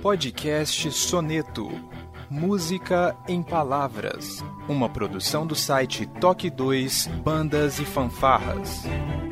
Podcast Soneto. Música em Palavras. Uma produção do site Toque 2 Bandas e Fanfarras.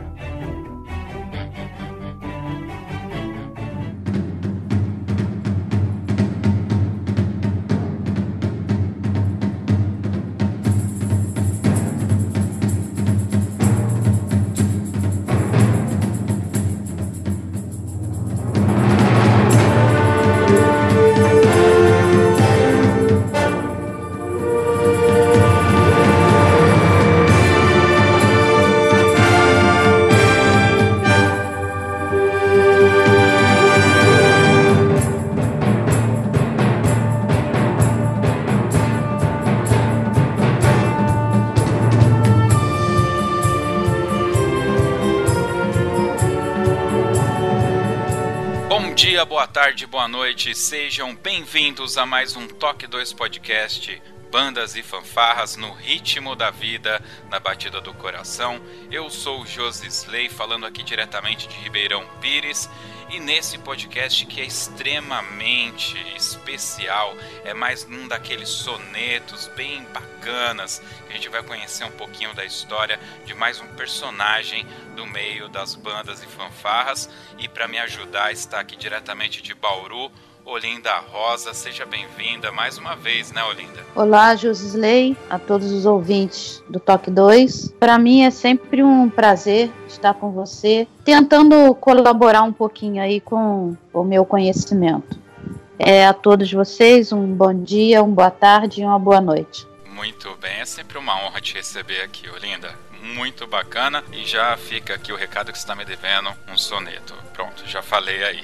Boa tarde, boa noite, sejam bem-vindos a mais um Toque 2 Podcast, Bandas e Fanfarras no ritmo da vida, na batida do coração. Eu sou o Josisley, falando aqui diretamente de Ribeirão Pires, e nesse podcast que é extremamente especial, é mais um daqueles sonetos bem bacanas, que a gente vai conhecer um pouquinho da história de mais um personagem do meio das bandas e fanfarras. E para me ajudar está aqui diretamente de Bauru, Olinda Rosa. Seja bem-vinda mais uma vez, né, Olinda? Olá, Josisley, a todos os ouvintes do Toque 2. Para mim é sempre um prazer estar com você, tentando colaborar um pouquinho aí com o meu conhecimento. A todos vocês, um bom dia, uma boa tarde e uma boa noite. Muito bem, é sempre uma honra te receber aqui, Olinda. Muito bacana, e já fica aqui o recado que você está me devendo, um soneto. Pronto, já falei aí.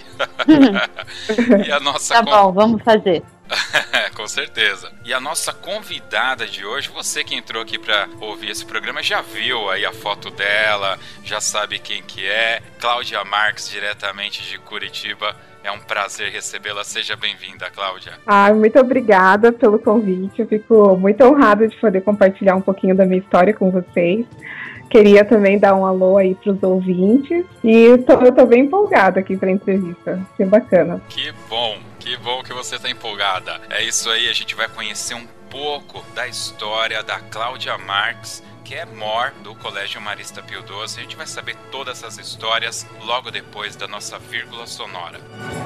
E a nossa tá bom, vamos fazer. Com certeza. E a nossa convidada de hoje, você que entrou aqui para ouvir esse programa, já viu aí a foto dela, já sabe quem que é. Cláudia Marques, diretamente de Curitiba. É um prazer recebê-la. Seja bem-vinda, Cláudia. Muito obrigada pelo convite. Eu fico muito honrada de poder compartilhar um pouquinho da minha história com vocês. Queria também dar um alô aí para os ouvintes. E eu tô bem empolgada aqui para a entrevista. Que bacana. Que bom que você está empolgada. É isso aí, a gente vai conhecer um pouco da história da Cláudia Marques, que é MOR do Colégio Marista Pio XII. A gente vai saber todas essas histórias logo depois da nossa vírgula sonora.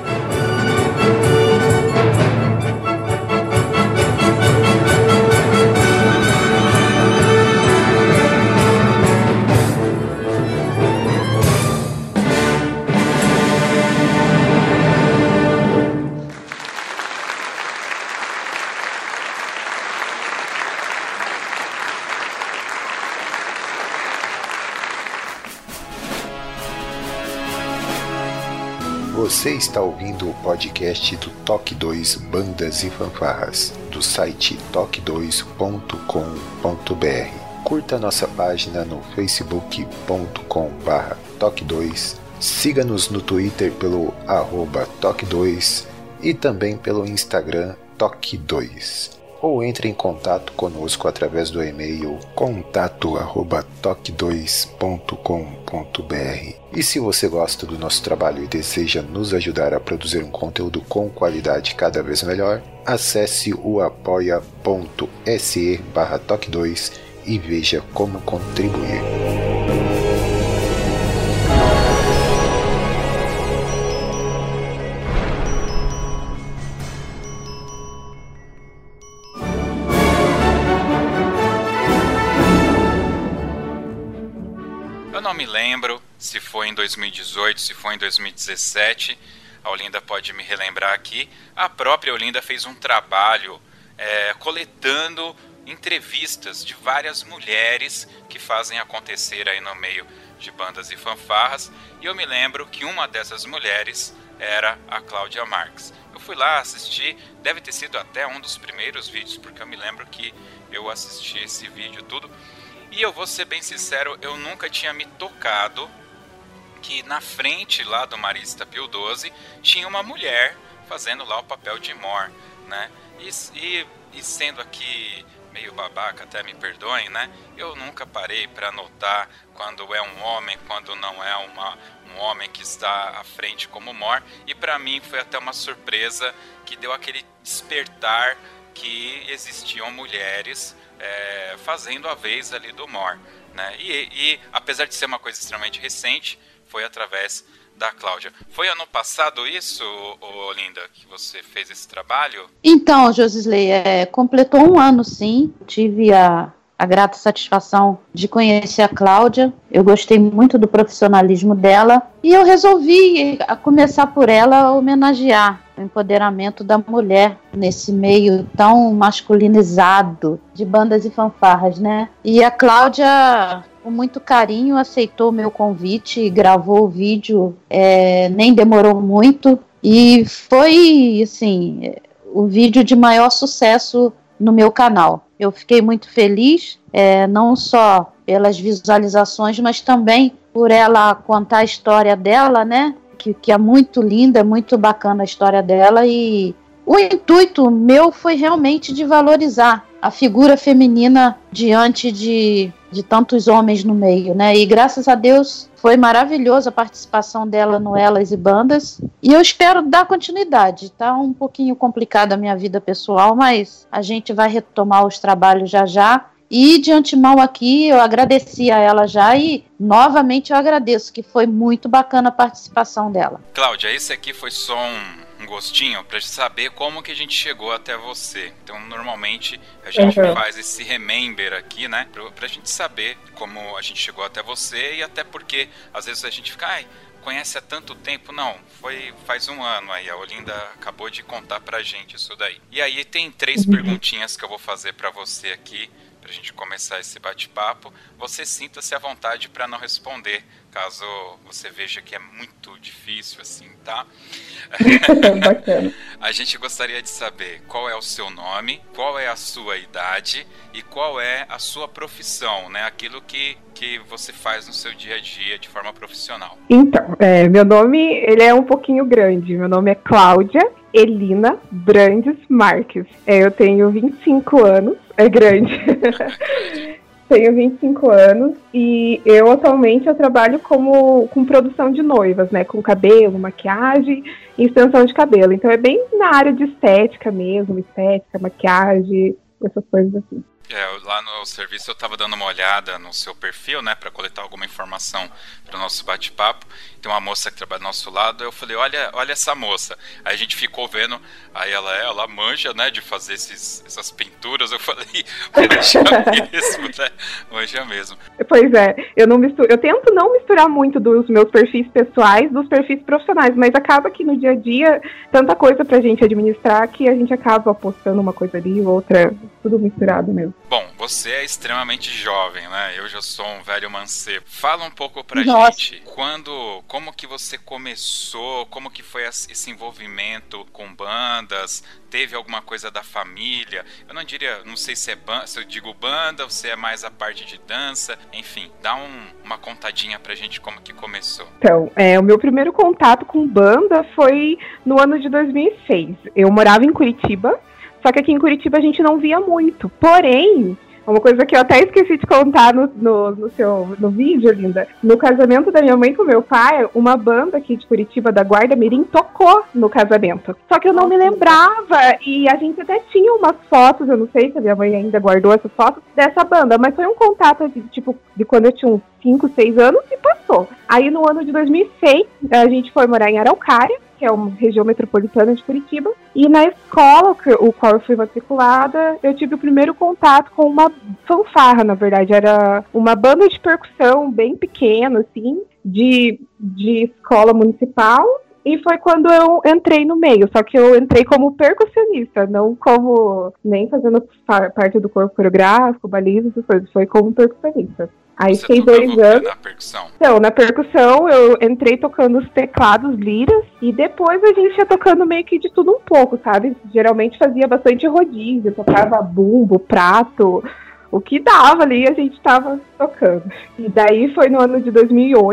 Você está ouvindo o podcast do Toque 2 Bandas e Fanfarras, do site toque2.com.br. Curta nossa página no facebook.com/toque2, siga-nos no Twitter pelo @toque2 e também pelo Instagram Toque2. Ou entre em contato conosco através do e-mail contato@toque2.com.br. E se você gosta do nosso trabalho e deseja nos ajudar a produzir um conteúdo com qualidade cada vez melhor, acesse o apoia.se/toque2 e veja como contribuir. Eu não me lembro se foi em 2018, se foi em 2017, a Olinda pode me relembrar aqui. A própria Olinda fez um trabalho coletando entrevistas de várias mulheres que fazem acontecer aí no meio de bandas e fanfarras, e eu me lembro que uma dessas mulheres era a Cláudia Marques. Eu fui lá assistir, deve ter sido até um dos primeiros vídeos, porque eu me lembro que eu assisti esse vídeo tudo. E eu vou ser bem sincero, eu nunca tinha me tocado que na frente lá do Marista Pio XII tinha uma mulher fazendo lá o papel de MOR, né? E sendo aqui meio babaca, até me perdoem, né? Eu nunca parei para notar quando é um homem, quando não é um homem que está à frente como Mor. E para mim foi até uma surpresa que deu aquele despertar que existiam mulheres fazendo a vez ali do Mor, né? E apesar de ser uma coisa extremamente recente, foi através da Cláudia. Foi ano passado isso, Olinda, que você fez esse trabalho? Então, Josisley, completou um ano, sim. Tive a grata satisfação de conhecer a Cláudia. Eu gostei muito do profissionalismo dela e eu resolvi, a começar por ela, homenagear o empoderamento da mulher nesse meio tão masculinizado de bandas e fanfarras, né? E a Cláudia, com muito carinho, aceitou o meu convite, gravou o vídeo, nem demorou muito, e foi, assim, o vídeo de maior sucesso no meu canal. Eu fiquei muito feliz, não só pelas visualizações, mas também por ela contar a história dela, né? Que é muito linda, é muito bacana a história dela, e o intuito meu foi realmente de valorizar a figura feminina diante de tantos homens no meio, né? E graças a Deus foi maravilhosa a participação dela no Elas e Bandas, e eu espero dar continuidade. Tá um pouquinho complicada a minha vida pessoal, mas a gente vai retomar os trabalhos já. E de antemão aqui eu agradeci a ela já, e novamente eu agradeço, que foi muito bacana a participação dela. Cláudia, esse aqui foi só um gostinho para saber como que a gente chegou até você. Então, normalmente a gente faz esse remember aqui, né, pra gente saber como a gente chegou até você, e até porque às vezes a gente fica, conhece há tanto tempo. Não, faz um ano aí, a Olinda acabou de contar pra gente isso daí. E aí tem 3 perguntinhas que eu vou fazer pra você aqui, pra gente começar esse bate-papo. Você sinta-se à vontade para não responder, caso você veja que é muito difícil assim, tá? Bacana. A gente gostaria de saber qual é o seu nome, qual é a sua idade e qual é a sua profissão, né? Aquilo que você faz no seu dia a dia de forma profissional. Então, meu nome, ele é um pouquinho grande. Meu nome é Cláudia Elina Brandes Marques. Eu tenho 25 anos. É grande. Tenho 25 anos e eu atualmente trabalho com produção de noivas, né? Com cabelo, maquiagem e extensão de cabelo. Então é bem na área de estética mesmo, estética, maquiagem, essas coisas assim. Lá no serviço eu estava dando uma olhada no seu perfil, né, para coletar alguma informação para o nosso bate-papo. Tem uma moça que trabalha do nosso lado, eu falei, olha essa moça. Aí a gente ficou vendo, aí ela manja, né, de fazer essas pinturas. Eu falei, manja mesmo, né, manja mesmo. Pois é, eu tento não misturar muito dos meus perfis pessoais dos perfis profissionais, mas acaba que no dia a dia, tanta coisa pra gente administrar que a gente acaba postando uma coisa ali, outra, tudo misturado mesmo. Bom, você é extremamente jovem, né? Eu já sou um velho mancebo. Fala um pouco pra gente, como que você começou, como que foi esse envolvimento com bandas, teve alguma coisa da família? Eu não sei se eu digo banda, ou se é mais a parte de dança, enfim, dá uma contadinha pra gente como que começou. Então, o meu primeiro contato com banda foi no ano de 2006. Eu morava em Curitiba, só que aqui em Curitiba a gente não via muito. Porém, uma coisa que eu até esqueci de contar no vídeo, Linda. No casamento da minha mãe com meu pai, uma banda aqui de Curitiba, da Guarda Mirim, tocou no casamento. Só que eu não me lembrava, e a gente até tinha umas fotos, eu não sei se a minha mãe ainda guardou essas fotos, dessa banda, mas foi um contato de quando eu tinha uns 5, 6 anos e passou. Aí no ano de 2006, a gente foi morar em Araucária, que é uma região metropolitana de Curitiba, e na escola, o qual eu fui matriculada, eu tive o primeiro contato com uma fanfarra, na verdade, era uma banda de percussão bem pequena, assim, de escola municipal, e foi quando eu entrei no meio, só que eu entrei como percussionista, não como, nem fazendo parte do corpo coreográfico, baliza, essas coisas, foi como percussionista. Aí você fiquei 2 anos. Na percussão? Então, na percussão eu entrei tocando os teclados, liras, e depois a gente ia tocando meio que de tudo um pouco, sabe? Geralmente fazia bastante rodízio, tocava bumbo, prato, o que dava ali a gente tava tocando. E daí foi no ano de 2008 que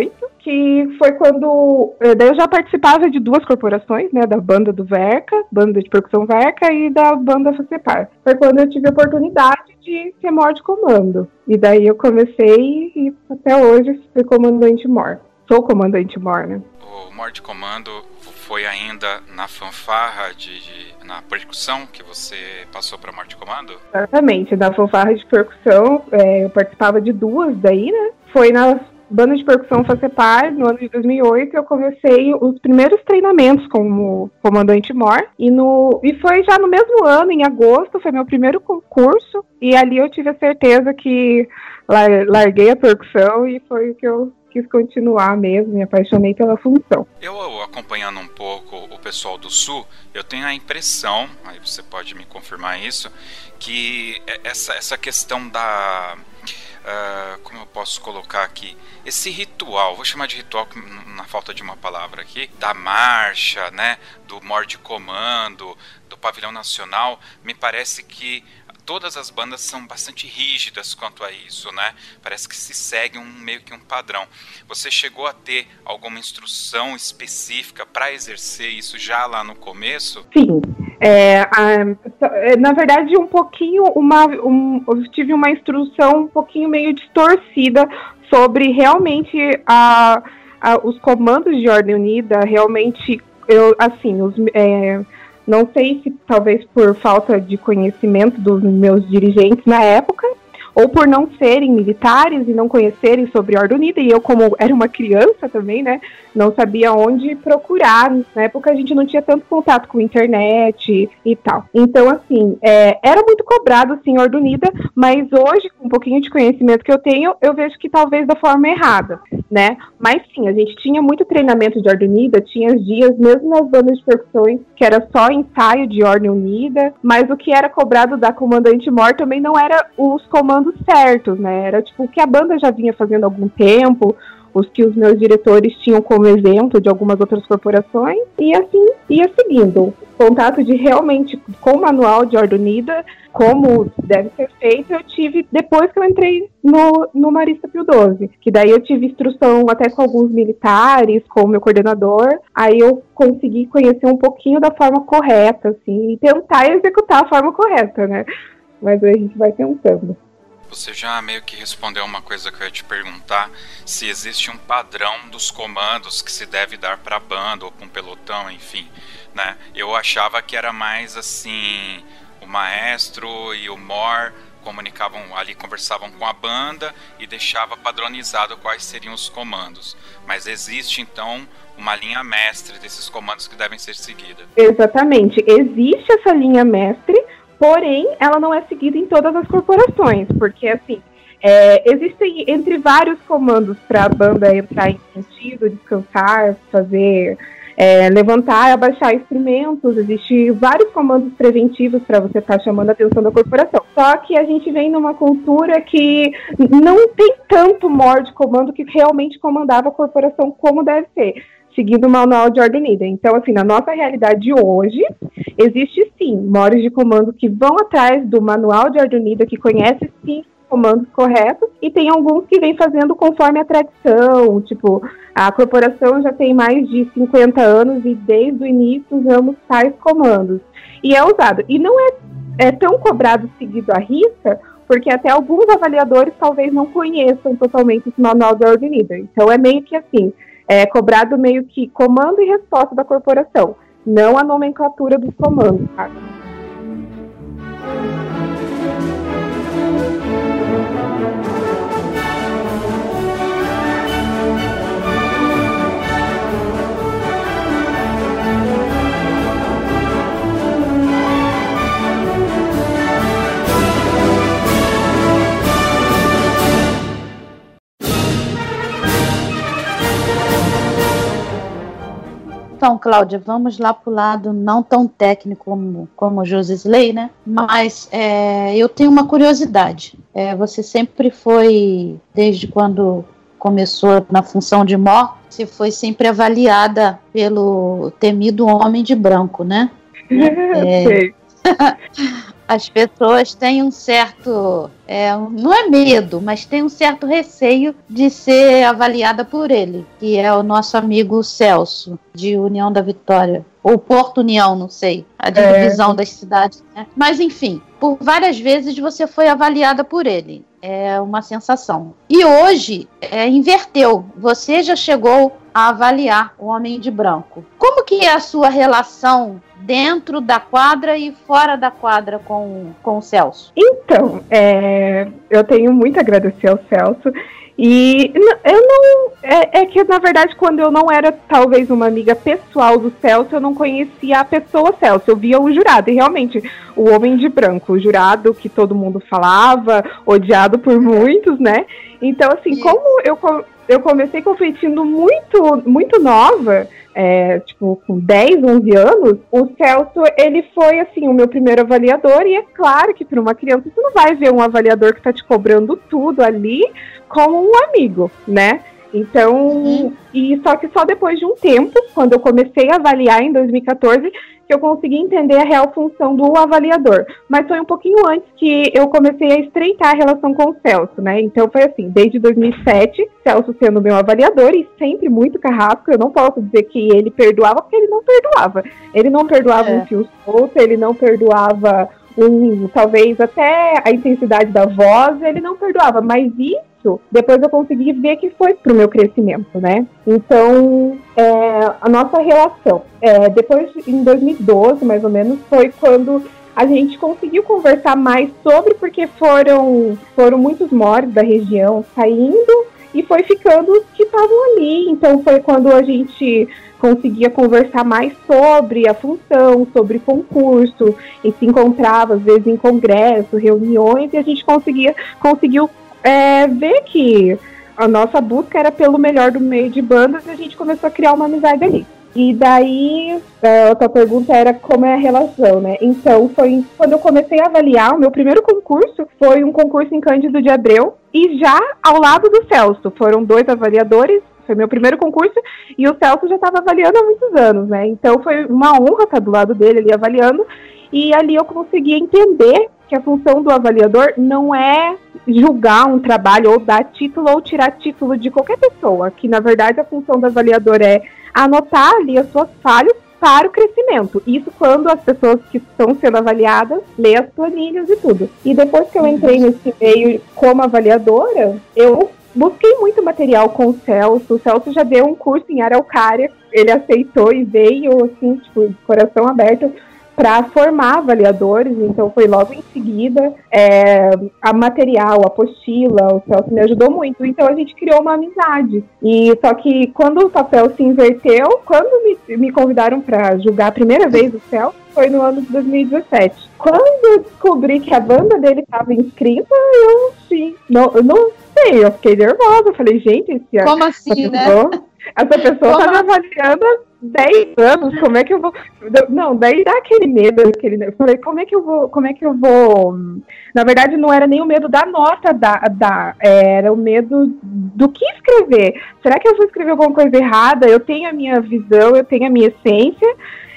que foi quando... Daí eu já participava de 2 corporações, né? Da banda do Verca, banda de percussão Verca, e da banda FACEPAR. Foi quando eu tive a oportunidade de ser MOR de comando. E daí eu comecei e até hoje fui comandante MOR. Sou comandante MOR, né? O MOR de comando foi ainda na fanfarra, na percussão que você passou para MOR de comando? Exatamente, na fanfarra de percussão, eu participava de 2 daí, né? Foi na banda de percussão FACEPAR, no ano de 2008, eu comecei os primeiros treinamentos como comandante MOR, e foi já no mesmo ano, em agosto, foi meu primeiro concurso, e ali eu tive a certeza que larguei a percussão e foi o que eu quis continuar mesmo, me apaixonei pela função. Eu acompanhando um pouco o pessoal do Sul, eu tenho a impressão, aí você pode me confirmar isso, que essa questão da... como eu posso colocar aqui? Esse ritual, vou chamar de ritual na falta de uma palavra aqui, da marcha, né, do MOR de comando, do pavilhão nacional, me parece que todas as bandas são bastante rígidas quanto a isso, né? Parece que se segue meio que um padrão. Você chegou a ter alguma instrução específica para exercer isso já lá no começo? Sim. Na verdade, um pouquinho, eu tive uma instrução um pouquinho meio distorcida sobre realmente os comandos de ordem unida, realmente, não sei se talvez por falta de conhecimento dos meus dirigentes na época, ou por não serem militares e não conhecerem sobre a Ordem Unida, e eu, como era uma criança também, né, não sabia onde procurar. Na época a gente não tinha tanto contato com a internet e tal. Então, assim, era muito cobrado, sim, a Ordem Unida, mas hoje, com um pouquinho de conhecimento que eu tenho, eu vejo que talvez da forma errada, né? Mas sim, a gente tinha muito treinamento de Ordem Unida, tinha dias, mesmo nas bandas de percussões, que era só ensaio de Ordem Unida, mas o que era cobrado da comandante MOR também não era os comandos certos, né? Era tipo o que a banda já vinha fazendo há algum tempo, os que os meus diretores tinham como exemplo de algumas outras corporações, e assim ia seguindo. Contato de realmente com o manual de Ordem Unida, como deve ser feito, eu tive depois que eu entrei no Marista Pio XII, que daí eu tive instrução até com alguns militares, com o meu coordenador, aí eu consegui conhecer um pouquinho da forma correta, assim, e tentar executar a forma correta, né? Mas aí a gente vai tentando. Você já meio que respondeu uma coisa que eu ia te perguntar, se existe um padrão dos comandos que se deve dar para a banda ou para um pelotão, enfim, né? Eu achava que era mais assim, o maestro e o MOR comunicavam ali, conversavam com a banda e deixava padronizado quais seriam os comandos. Mas existe então uma linha mestre desses comandos que devem ser seguidas? Exatamente, existe essa linha mestre. Porém, ela não é seguida em todas as corporações, porque, assim, existem entre vários comandos para a banda entrar em sentido, descansar, fazer, levantar, abaixar instrumentos, existem vários comandos preventivos para você estar chamando a atenção da corporação. Só que a gente vem numa cultura que não tem tanto MOR de comando que realmente comandava a corporação como deve ser, seguindo o manual de Ordem Unida. Então, assim, na nossa realidade hoje, existe sim MORs de comando que vão atrás do manual de Ordem Unida, que conhece sim os comandos corretos, e tem alguns que vêm fazendo conforme a tradição, tipo, a corporação já tem mais de 50 anos e desde o início usamos tais comandos. E é usado. E não é tão cobrado seguido à risca, porque até alguns avaliadores talvez não conheçam totalmente esse manual de Ordem Unida. Então, é meio que assim, cobrado meio que comando e resposta da corporação, não a nomenclatura dos comandos, sabe? Então, Cláudia, vamos lá para o lado não tão técnico como o Josisley, né? Mas eu tenho uma curiosidade. Você sempre foi, desde quando começou na função de MOR, você foi sempre avaliada pelo temido homem de branco, né? As pessoas têm um certo, não é medo, mas tem um certo receio de ser avaliada por ele, que é o nosso amigo Celso, de União da Vitória, ou Porto União, não sei, a divisão das cidades, né? Mas enfim, por várias vezes você foi avaliada por ele, é uma sensação. E hoje, inverteu, você já chegou a avaliar o Homem de Branco. Como que é a sua relação dentro da quadra e fora da quadra com o Celso? Então, eu tenho muito a agradecer ao Celso. E eu não... É que, na verdade, quando eu não era, talvez, uma amiga pessoal do Celso, eu não conhecia a pessoa Celso. Eu via o jurado. E, realmente, o Homem de Branco, o jurado que todo mundo falava, odiado por muitos, né? Então, assim, como eu comecei competindo muito, muito nova, tipo, com 10, 11 anos, o Celso, ele foi, assim, o meu primeiro avaliador, e é claro que para uma criança você não vai ver um avaliador que tá te cobrando tudo ali como um amigo, né? Então, e só que só depois de um tempo, quando eu comecei a avaliar em 2014, que eu consegui entender a real função do avaliador. Mas foi um pouquinho antes que eu comecei a estreitar a relação com o Celso, né? Então foi assim, desde 2007, Celso sendo meu avaliador e sempre muito carrasco. Eu não posso dizer que ele perdoava, porque ele não perdoava. Ele não perdoava um fio solto, ele não perdoava talvez até a intensidade da voz, ele não perdoava, mas isso, depois eu consegui ver que foi pro meu crescimento, né? Então, a nossa relação, depois, em 2012, mais ou menos, foi quando a gente conseguiu conversar mais sobre, porque foram muitos mods da região saindo, e foi ficando os que estavam ali. Então foi quando a gente conseguia conversar mais sobre a função, sobre concurso, e se encontrava às vezes em congresso, reuniões, e a gente conseguiu ver que a nossa busca era pelo melhor do meio de bandas, e a gente começou a criar uma amizade ali. E daí, a outra pergunta era como é a relação, né? Então, foi quando eu comecei a avaliar, o meu primeiro concurso foi um concurso em Cândido de Abreu, e já ao lado do Celso, foram 2 avaliadores, foi meu primeiro concurso, e o Celso já estava avaliando há muitos anos, né? Então, foi uma honra estar do lado dele ali avaliando, e ali eu consegui entender que a função do avaliador não é julgar um trabalho, ou dar título, ou tirar título de qualquer pessoa, que na verdade a função do avaliador é anotar ali as suas falhas para o crescimento. Isso quando as pessoas que estão sendo avaliadas lê as planilhas e tudo. E depois que eu entrei nesse meio como avaliadora, eu busquei muito material com o Celso. O Celso já deu um curso em Araucária, ele aceitou e veio, assim, tipo, de coração aberto, para formar avaliadores, então foi logo em seguida. A material, a apostila, o Celso me ajudou muito, então a gente criou uma amizade. E só que quando o papel se inverteu, quando me convidaram para julgar a primeira vez o Celso, foi no ano de 2017. Quando eu descobri que a banda dele estava inscrita, eu não sei, eu fiquei nervosa, eu falei, gente, como assim, essa pessoa tá me avaliando há 10 anos, como é que eu vou... Não, daí dá aquele medo, eu falei, como é que eu vou... Na verdade, não era nem o medo da nota, era o medo do que escrever. Será que eu vou escrever alguma coisa errada? Eu tenho a minha visão, eu tenho a minha essência,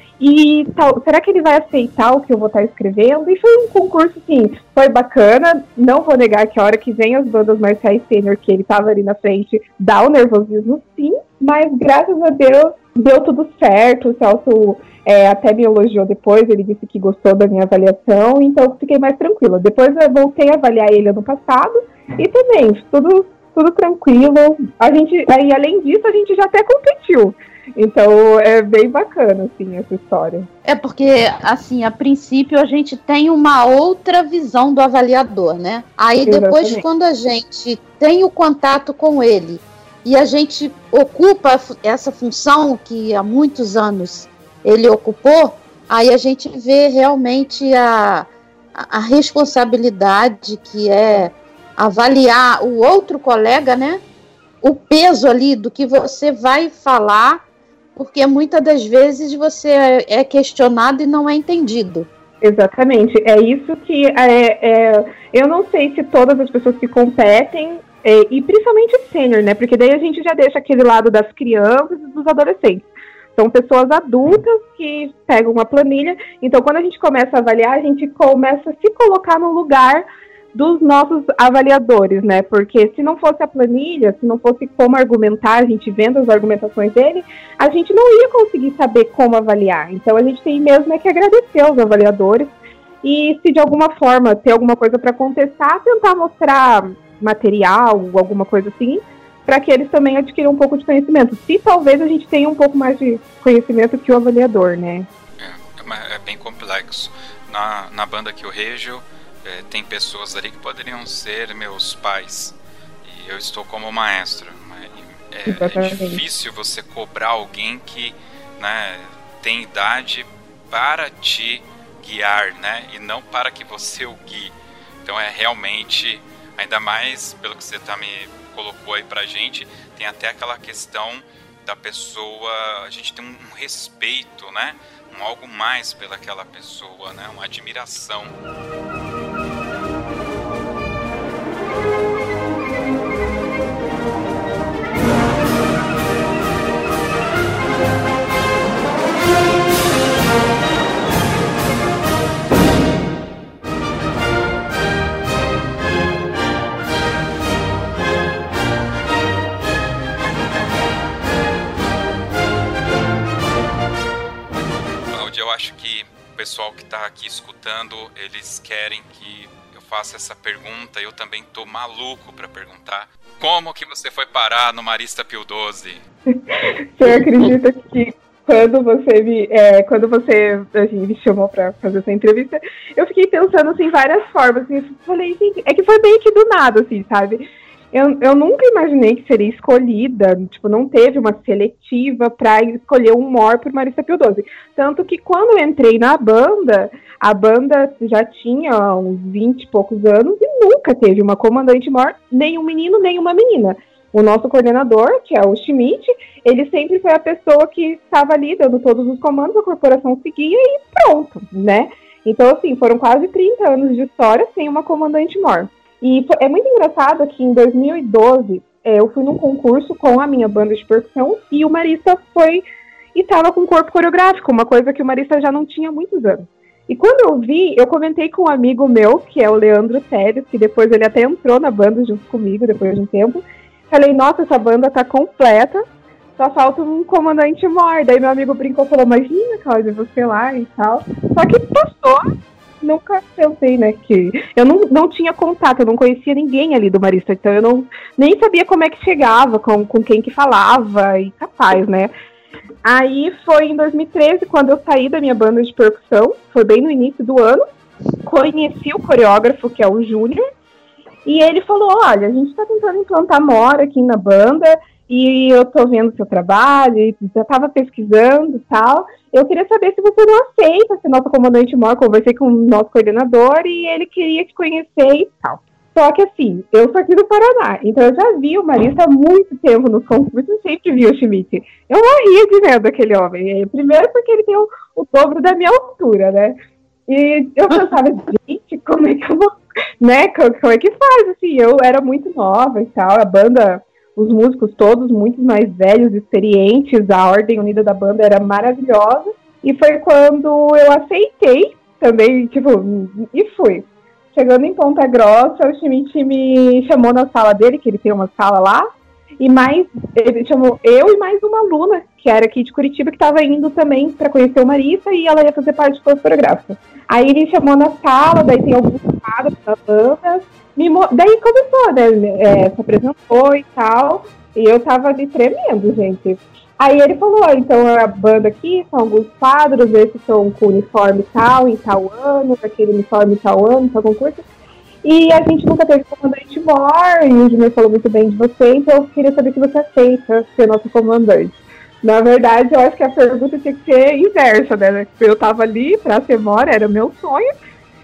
e tal, será que ele vai aceitar o que eu vou estar escrevendo? E foi um concurso, assim, foi bacana. Não vou negar que a hora que vem as bandas marciais sênior, que ele tava ali na frente, dá o nervosismo, sim. Mas, graças a Deus, deu tudo certo. O Celso até me elogiou depois, ele disse que gostou da minha avaliação, então fiquei mais tranquila. Depois eu voltei a avaliar ele ano passado, e também, tudo tranquilo. Aí, além disso, a gente já até competiu. Então é bem bacana, assim, essa história. Porque, assim, a princípio a gente tem uma outra visão do avaliador, né? Aí depois, exatamente, quando a gente tem o contato com ele e a gente ocupa essa função que há muitos anos ele ocupou, aí a gente vê realmente a responsabilidade que é avaliar o outro colega, né? O peso ali do que você vai falar, porque muitas das vezes você é questionado e não é entendido. Exatamente, é isso que eu não sei se todas as pessoas que competem, e principalmente sênior, né, porque daí a gente já deixa aquele lado das crianças e dos adolescentes, São pessoas adultas que pegam uma planilha. Então, quando a gente começa a avaliar, a gente começa a se colocar no lugar dos nossos avaliadores, né? Porque se não fosse a planilha, se não fosse como argumentar, a gente vendo as argumentações dele, a gente não ia conseguir saber como avaliar. Então, a gente tem mesmo que agradecer aos avaliadores e, se de alguma forma ter alguma coisa para contestar, tentar mostrar material, alguma coisa assim, para que eles também adquiram um pouco de conhecimento. Se talvez a gente tenha um pouco mais de conhecimento que o avaliador, né? É bem complexo. Na banda que eu rejo, tem pessoas ali que poderiam ser meus pais. E eu estou como maestro. É difícil você cobrar alguém que, né, tem idade para te guiar, né? E não para que você o guie. Então é realmente, ainda mais pelo que você me colocou aí pra gente, tem até aquela questão da pessoa, a gente tem um respeito, né? Algo mais pelaquela pessoa, né? Uma admiração. Eu acho que o pessoal que está aqui escutando, eles querem que eu faça essa pergunta. Eu também tô maluco para perguntar. Como que você foi parar no Marista Pio XII? Você acredita que quando você me chamou para fazer essa entrevista, eu fiquei pensando assim, várias formas. Assim, eu falei, gente, é que foi bem que do nada, assim, sabe? Eu nunca imaginei que seria escolhida, tipo, não teve uma seletiva para escolher um mor por Marista Pio XII. Tanto que quando eu entrei na banda, a banda já tinha uns 20 e poucos anos e nunca teve uma comandante mor, nem um menino, nem uma menina. O nosso coordenador, que é o Schmidt, ele sempre foi a pessoa que estava ali dando todos os comandos, a corporação seguia e pronto, né? Então, assim, foram quase 30 anos de história sem uma comandante mor. E é muito engraçado que em 2012 eu fui num concurso com a minha banda de percussão e o Marista foi e estava com corpo coreográfico, uma coisa que o Marista já não tinha há muitos anos. E quando eu vi, eu comentei com um amigo meu, que é o Leandro Teres, que depois ele até entrou na banda junto comigo, depois de um tempo. Falei, nossa, essa banda tá completa, só falta um comandante mor. Daí meu amigo brincou e falou, imagina, Cláudia, você lá e tal. Só que passou. Nunca pensei, né, que... Eu não tinha contato, eu não conhecia ninguém ali do Marista, então eu nem sabia como é que chegava, com quem que falava, e capaz, né. Aí foi em 2013, quando eu saí da minha banda de percussão, foi bem no início do ano, conheci o coreógrafo, que é o Júnior, e ele falou, olha, a gente tá tentando implantar mor aqui na banda, e eu tô vendo seu trabalho, e já tava pesquisando e tal. Eu queria saber se você não aceita ser nosso comandante mor. Conversei com o nosso coordenador e ele queria te conhecer e tal. Só que assim, eu sou aqui do Paraná, então eu já vi o Marista há muito tempo nos concursos, eu sempre vi o Schmidt. Eu morria de medo daquele homem. Primeiro porque ele tem o dobro da minha altura, né? E eu pensava, gente, como é que eu vou, né? Como é que faz? Assim, eu era muito nova e tal, a banda... Os músicos todos muito mais velhos, experientes, a ordem unida da banda era maravilhosa. E foi quando eu aceitei também, tipo, e fui. Chegando em Ponta Grossa, o Schmidt me chamou na sala dele, que ele tem uma sala lá. E ele chamou eu e mais uma aluna, que era aqui de Curitiba, que estava indo também para conhecer o Marista e ela ia fazer parte do corpo coreográfico. Aí ele chamou na sala, daí tem alguns quadros da banda. Daí começou, né? Se apresentou e tal. E eu tava ali tremendo, gente. Aí ele falou, então a banda aqui são alguns quadros, esses são com uniforme tal, em tal ano, aquele uniforme em tal ano, tal concurso. E a gente nunca teve comandante mor, e o Júnior falou muito bem de você, então eu queria saber se você aceita ser nosso comandante. Na verdade, eu acho que a pergunta tinha que ser inversa, né? Eu tava ali pra ser mor, era meu sonho.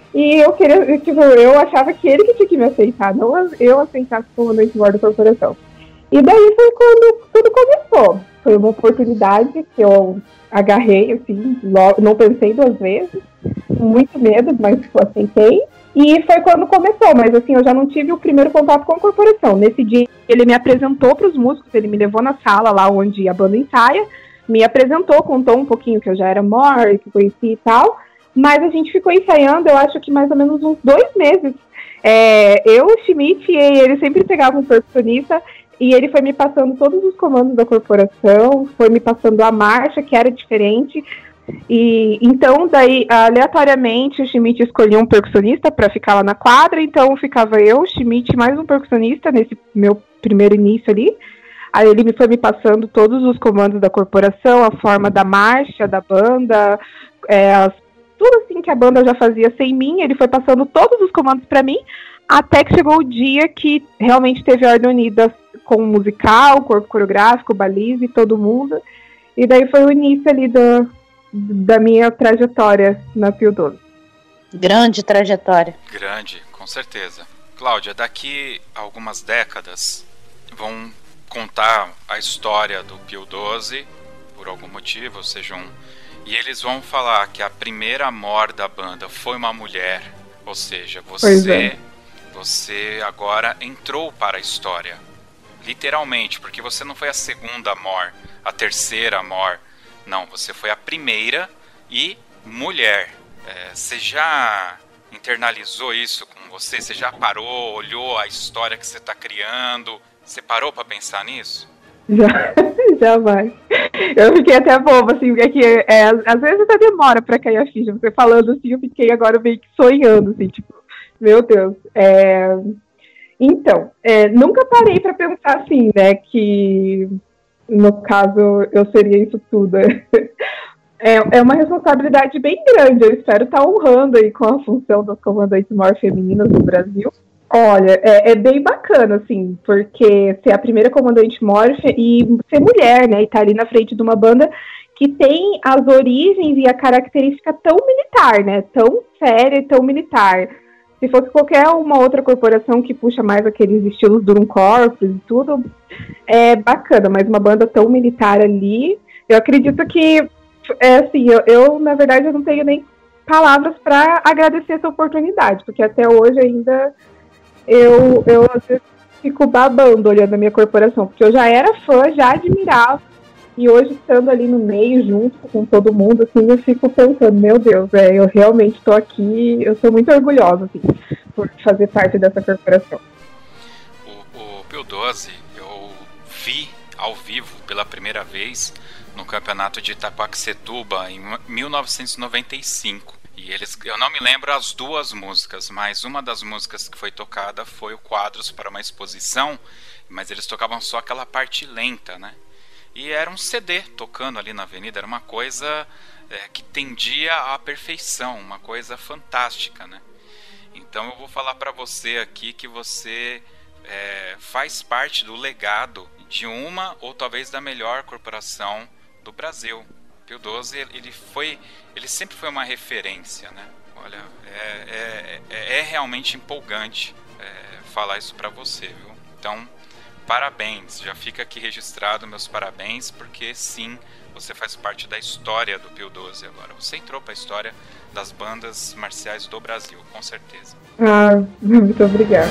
E eu queria, tipo, eu achava que ele que tinha que me aceitar, não eu aceitar o comandante mor da corporação. E daí foi quando tudo começou. Foi uma oportunidade que eu agarrei, assim, logo, não pensei duas vezes, com muito medo, mas eu aceitei. E foi quando começou, mas assim, eu já não tive o primeiro contato com a corporação. Nesse dia, ele me apresentou para os músicos, ele me levou na sala lá onde a banda ensaia, me apresentou, contou um pouquinho que eu já era Mor, que conhecia e tal, mas a gente ficou ensaiando, eu acho que mais ou menos uns 2 meses. Eu, o Schmidt, e ele sempre pegava um percussionista, e ele foi me passando todos os comandos da corporação, foi me passando a marcha, que era diferente. E então, daí, aleatoriamente, o Schmidt escolhia um percussionista para ficar lá na quadra, então ficava eu, Schmidt, mais um percussionista nesse meu primeiro início ali. Aí ele foi me passando todos os comandos da corporação, a forma da marcha, da banda, tudo assim que a banda já fazia sem mim, ele foi passando todos os comandos para mim, até que chegou o dia que realmente teve a Ordem Unida com o musical, corpo coreográfico, baliza e todo mundo. E daí foi o início ali da minha trajetória na Pio 12. Grande trajetória. Grande, com certeza. Cláudia, daqui a algumas décadas vão contar a história do Pio 12 por algum motivo, e eles vão falar que a primeira Mor da banda foi uma mulher, ou seja, você agora entrou para a história, literalmente, porque você não foi a segunda Mor, a terceira Mor, não, você foi a primeira e mulher. Você já internalizou isso com você? Você já parou, olhou a história que você está criando? Você parou para pensar nisso? Já vai. Eu fiquei até boba, assim, porque às vezes até demora pra cair a ficha. Você falando assim, eu fiquei agora meio que sonhando, assim, tipo, meu Deus. Então, nunca parei pra pensar assim, né, que no caso eu seria isso tudo. É uma responsabilidade bem grande. Eu espero estar honrando aí com a função das comandantes Mor femininas no Brasil. Olha, é bem bacana, assim, porque ser a primeira comandante Mor e ser mulher, né, e estar ali na frente de uma banda que tem as origens e a característica tão militar, né, tão séria e tão militar. Se fosse qualquer uma outra corporação que puxa mais aqueles estilos Durum Corpus e tudo, é bacana, mas uma banda tão militar ali, eu acredito que, assim, eu na verdade, eu não tenho nem palavras para agradecer essa oportunidade, porque até hoje ainda eu às vezes fico babando olhando a minha corporação, porque eu já era fã, já admirava, e hoje estando ali no meio, junto com todo mundo, assim, eu fico pensando, meu Deus, eu realmente estou aqui, eu sou muito orgulhosa, assim, por fazer parte dessa corporação. O Pio 12, eu vi ao vivo pela primeira vez no campeonato de Itaquaquecetuba em 1995. E eu não me lembro as 2 músicas, mas uma das músicas que foi tocada foi o Quadros para uma Exposição, mas eles tocavam só aquela parte lenta, né? E era um CD tocando ali na avenida, era uma coisa que tendia à perfeição, uma coisa fantástica, né? Então eu vou falar para você aqui que você faz parte do legado de uma ou talvez da melhor corporação do Brasil. Pio 12, ele sempre foi uma referência, né? Olha, é realmente empolgante falar isso para você, viu? Então, parabéns, já fica aqui registrado meus parabéns, porque sim, você faz parte da história do Pio 12 agora. Você entrou para a história das bandas marciais do Brasil, com certeza. Muito obrigada.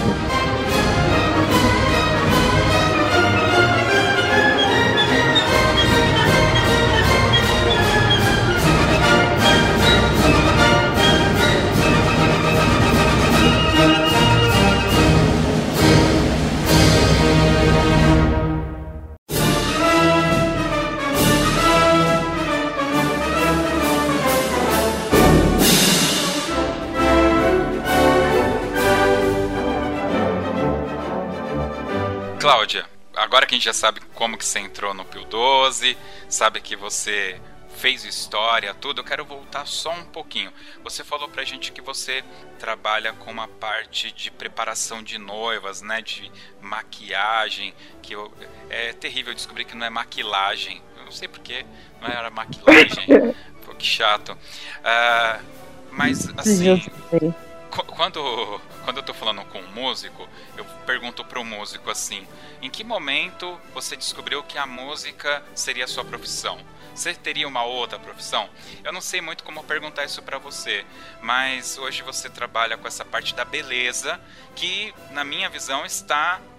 Cláudia, agora que a gente já sabe como que você entrou no Pio 12, sabe que você fez história, tudo, eu quero voltar só um pouquinho. Você falou pra gente que você trabalha com uma parte de preparação de noivas, né, de maquiagem, que é terrível descobrir que não é maquilagem. Eu não sei porquê, não era maquilagem. Pô, que chato. Mas, assim, quando eu tô falando com um músico, eu pergunto pro músico assim, em que momento você descobriu que a música seria a sua profissão? Você teria uma outra profissão? Eu não sei muito como perguntar isso pra você, mas hoje você trabalha com essa parte da beleza, que na minha visão está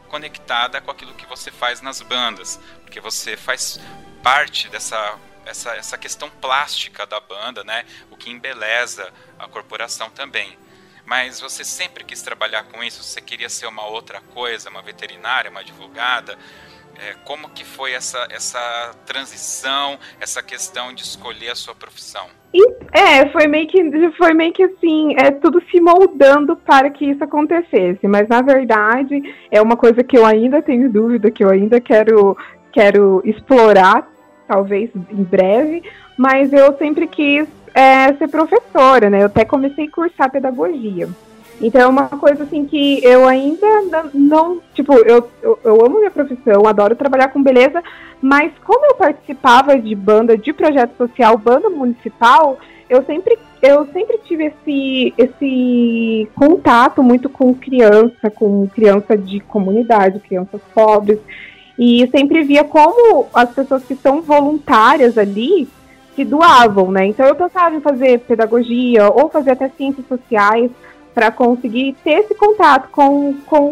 conectada com aquilo que você faz nas bandas, porque você faz parte essa questão plástica da banda, né? O que embeleza a corporação também. Mas você sempre quis trabalhar com isso? Você queria ser uma outra coisa, uma veterinária, uma advogada? Como que foi essa transição, essa questão de escolher a sua profissão? Foi meio que assim, tudo se moldando para que isso acontecesse. Mas, na verdade, é uma coisa que eu ainda tenho dúvida, que eu ainda quero explorar, talvez em breve. Mas eu sempre quis ser professora, né? Eu até comecei a cursar pedagogia. Então é uma coisa assim que eu ainda não tipo, eu amo minha profissão, adoro trabalhar com beleza, mas como eu participava de banda, de projeto social, banda municipal, eu sempre tive esse contato muito com criança de comunidade, crianças pobres, e sempre via como as pessoas que são voluntárias ali se doavam, né? Então eu pensava em fazer pedagogia ou fazer até ciências sociais para conseguir ter esse contato com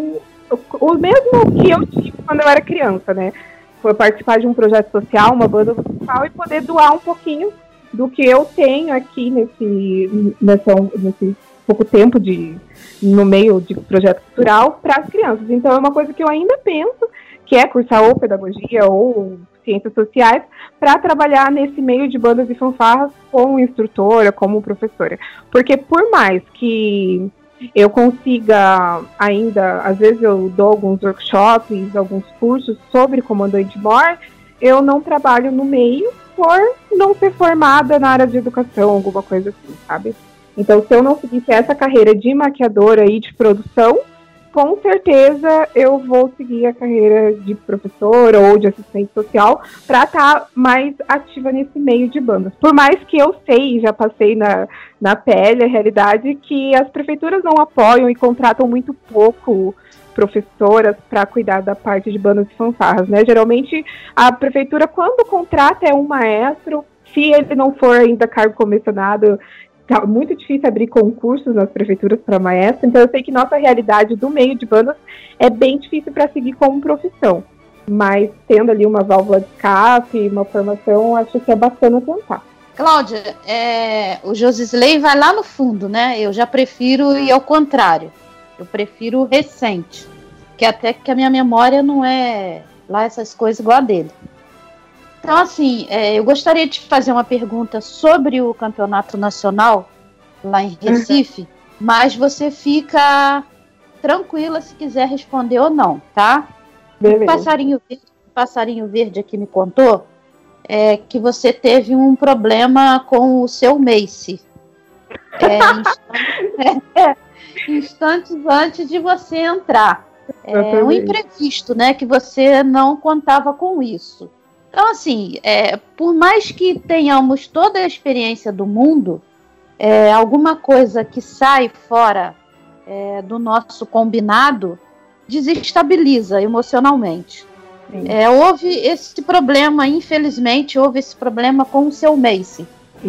o mesmo que eu tive quando eu era criança, né? Foi participar de um projeto social, uma banda musical e poder doar um pouquinho do que eu tenho aqui nesse pouco tempo no meio de projeto cultural para as crianças. Então é uma coisa que eu ainda penso, que é cursar ou pedagogia ou ciências sociais, para trabalhar nesse meio de bandas e fanfarras como instrutora, como professora. Porque por mais que eu consiga ainda, às vezes eu dou alguns workshops, alguns cursos sobre comandante mor, eu não trabalho no meio por não ser formada na área de educação, alguma coisa assim, sabe? Então, se eu não seguisse essa carreira de maquiadora e de produção, com certeza eu vou seguir a carreira de professora ou de assistente social para estar mais ativa nesse meio de bandas. Por mais que eu sei, já passei na pele a realidade, que as prefeituras não apoiam e contratam muito pouco professoras para cuidar da parte de bandas e fanfarras, né? Geralmente a prefeitura, quando contrata, é um maestro, se ele não for ainda cargo comissionado, tá muito difícil abrir concursos nas prefeituras para maestro, então eu sei que nossa realidade do meio de bandas é bem difícil para seguir como profissão, mas tendo ali uma válvula de escape, uma formação, acho que é bacana tentar. Cláudia, o Josisley vai lá no fundo, né? Eu já prefiro ir ao contrário, eu prefiro o recente, que até que a minha memória não é lá essas coisas igual a dele. Então, assim, eu gostaria de fazer uma pergunta sobre o campeonato nacional lá em Recife, mas você fica tranquila se quiser responder ou não, tá? Beleza. O passarinho verde aqui me contou que você teve um problema com o seu Mace. Instantes antes de você entrar. Um imprevisto, né? Que você não contava com isso. Então, assim, por mais que tenhamos toda a experiência do mundo, alguma coisa que sai fora do nosso combinado desestabiliza emocionalmente. Houve esse problema, infelizmente, com o seu Mace.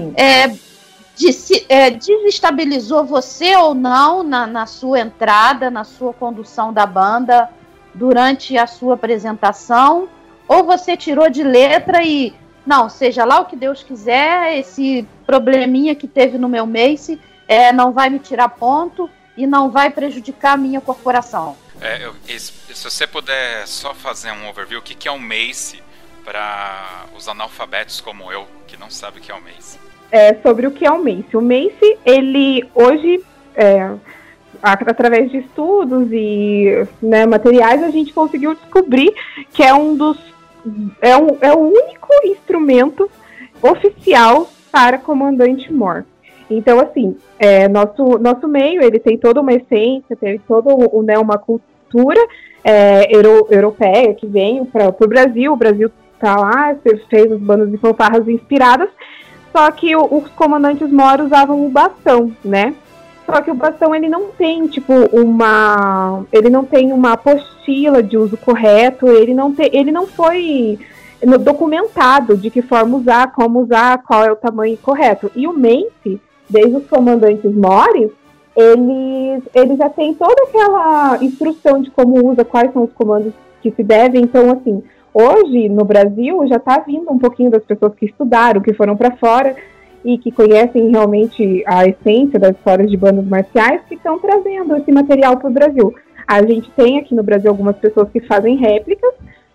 Desestabilizou você ou não na sua entrada, na sua condução da banda, durante a sua apresentação? Ou você tirou de letra e, não, seja lá o que Deus quiser, esse probleminha que teve no meu Mace não vai me tirar ponto e não vai prejudicar a minha corporação? Se você puder só fazer um overview, o que é um Mace para os analfabetos como eu, que não sabe o que é o Mace? Sobre o que é o Mace. O Mace, ele hoje, através de estudos e materiais, a gente conseguiu descobrir que é o único instrumento oficial para comandante mor. Então, assim, nosso meio, ele tem toda uma essência, tem toda uma cultura europeia que veio para o Brasil. O Brasil tá lá, fez as bandas de fanfarras inspiradas, só que os comandantes mor usavam o bastão, né? Só que o bastão, ele não tem, ele não tem uma apostila de uso correto, ele não foi documentado de que forma usar, como usar, qual é o tamanho correto. E o Mace, desde os comandantes mores, eles já têm toda aquela instrução de como usa, quais são os comandos que se devem. Então, assim, hoje, no Brasil, já está vindo um pouquinho das pessoas que estudaram, que foram para fora e que conhecem realmente a essência das histórias de bandas marciais, que estão trazendo esse material para o Brasil. A gente tem aqui no Brasil algumas pessoas que fazem réplicas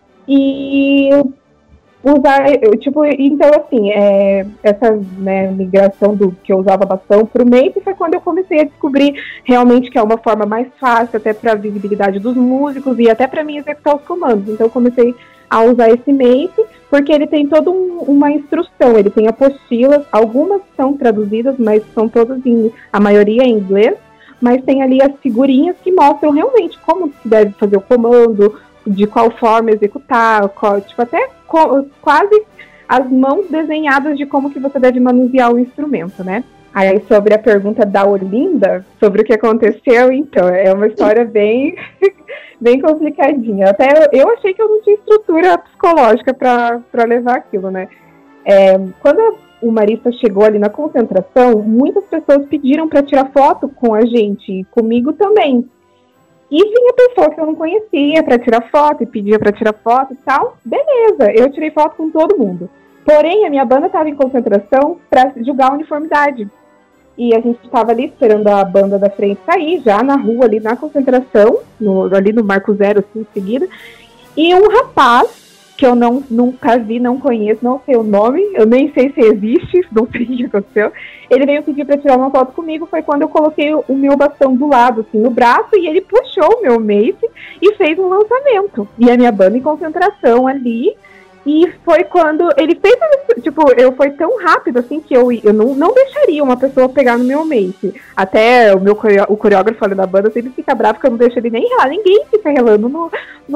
e usar, então assim, essa, né, migração do que eu usava bastão para o MAPE foi quando eu comecei a descobrir realmente que é uma forma mais fácil até para a visibilidade dos músicos e até para mim executar os comandos. Então eu comecei a usar esse MAPE porque ele tem toda uma instrução, ele tem apostilas, algumas são traduzidas, mas são todas a maioria em inglês, mas tem ali as figurinhas que mostram realmente como se deve fazer o comando, de qual forma executar, até quase as mãos desenhadas de como que você deve manusear o instrumento, né? Aí sobre a pergunta da Olinda, sobre o que aconteceu, então, é uma história bem, bem complicadinha. Até eu achei que eu não tinha estrutura psicológica para levar aquilo, né? Quando o Marista chegou ali na concentração, muitas pessoas pediram para tirar foto com a gente, e comigo também. E vinha pessoa que eu não conhecia para tirar foto, e pedia para tirar foto e tal. Beleza, eu tirei foto com todo mundo. Porém, a minha banda estava em concentração para julgar a uniformidade. E a gente estava ali esperando a banda da frente sair, já na rua, ali na concentração, ali no Marco Zero, assim, em seguida. E um rapaz, que eu nunca vi, não conheço, não sei o nome, eu nem sei se existe, não sei o que aconteceu. Ele veio pedir para tirar uma foto comigo, foi quando eu coloquei o meu bastão do lado, assim, no braço, e ele puxou o meu MAPE e fez um lançamento. E a minha banda em concentração ali, e foi quando ele fez, foi tão rápido, assim, que eu não deixaria uma pessoa pegar no meu MAPE. Até o coreógrafo ali da banda sempre fica bravo, porque eu não deixo ele nem relar, ninguém fica relando no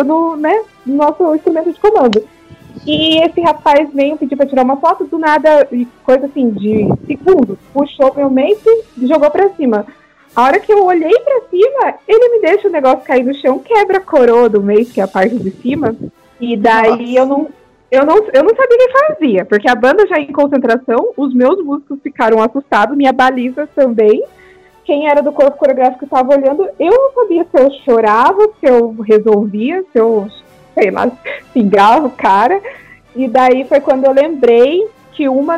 nosso instrumento de comando. E esse rapaz veio pedir pra tirar uma foto, do nada, coisa assim, de segundos, puxou meu MAPE e jogou pra cima. A hora que eu olhei pra cima, ele me deixa o negócio cair no chão, quebra a coroa do MAPE, que é a parte de cima, e daí eu não sabia o que fazia, porque a banda já em concentração, os meus músicos ficaram assustados, minha baliza também. Quem era do corpo coreográfico estava olhando, eu não sabia se eu chorava, se eu resolvia, se eu, sei lá, xingava o cara. E daí foi quando eu lembrei que uma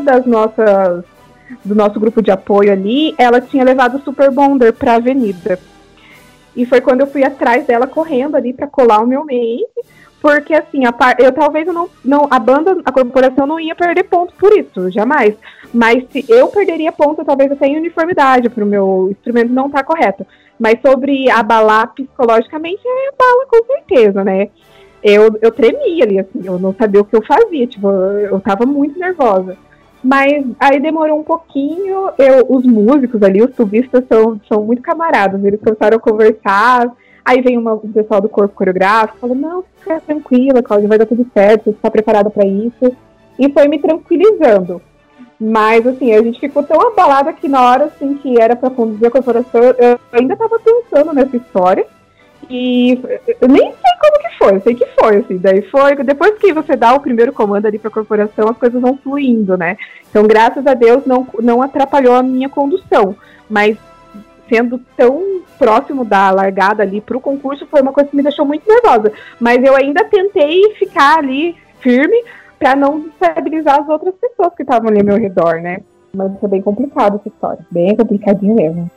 do nosso grupo de apoio ali, ela tinha levado o Super Bonder pra avenida. E foi quando eu fui atrás dela correndo ali pra colar o meu MAPE, porque assim, a banda, a corporação não ia perder ponto por isso, jamais. Mas se eu perderia ponto, talvez até em uniformidade, para o meu instrumento não estar correto. Mas sobre abalar psicologicamente, abala com certeza, né? Eu tremia ali, assim, eu não sabia o que eu fazia, eu tava muito nervosa. Mas aí demorou um pouquinho, os músicos ali, os tubistas são muito camaradas, eles começaram a conversar. Aí vem um pessoal do corpo coreográfico, falou, não, fica tranquila, Cláudia, vai dar tudo certo, você está preparada para isso. E foi me tranquilizando. Mas, assim, a gente ficou tão abalada que na hora, assim, que era para conduzir a corporação, eu ainda estava pensando nessa história. E eu nem sei como que foi, eu sei que foi, assim. Daí foi, depois que você dá o primeiro comando ali para a corporação, as coisas vão fluindo, né? Então, graças a Deus, não atrapalhou a minha condução. Mas sendo tão próximo da largada ali pro concurso, foi uma coisa que me deixou muito nervosa. Mas eu ainda tentei ficar ali firme para não desestabilizar as outras pessoas que estavam ali ao meu redor, né? Mas foi bem complicado essa história, bem complicadinho mesmo.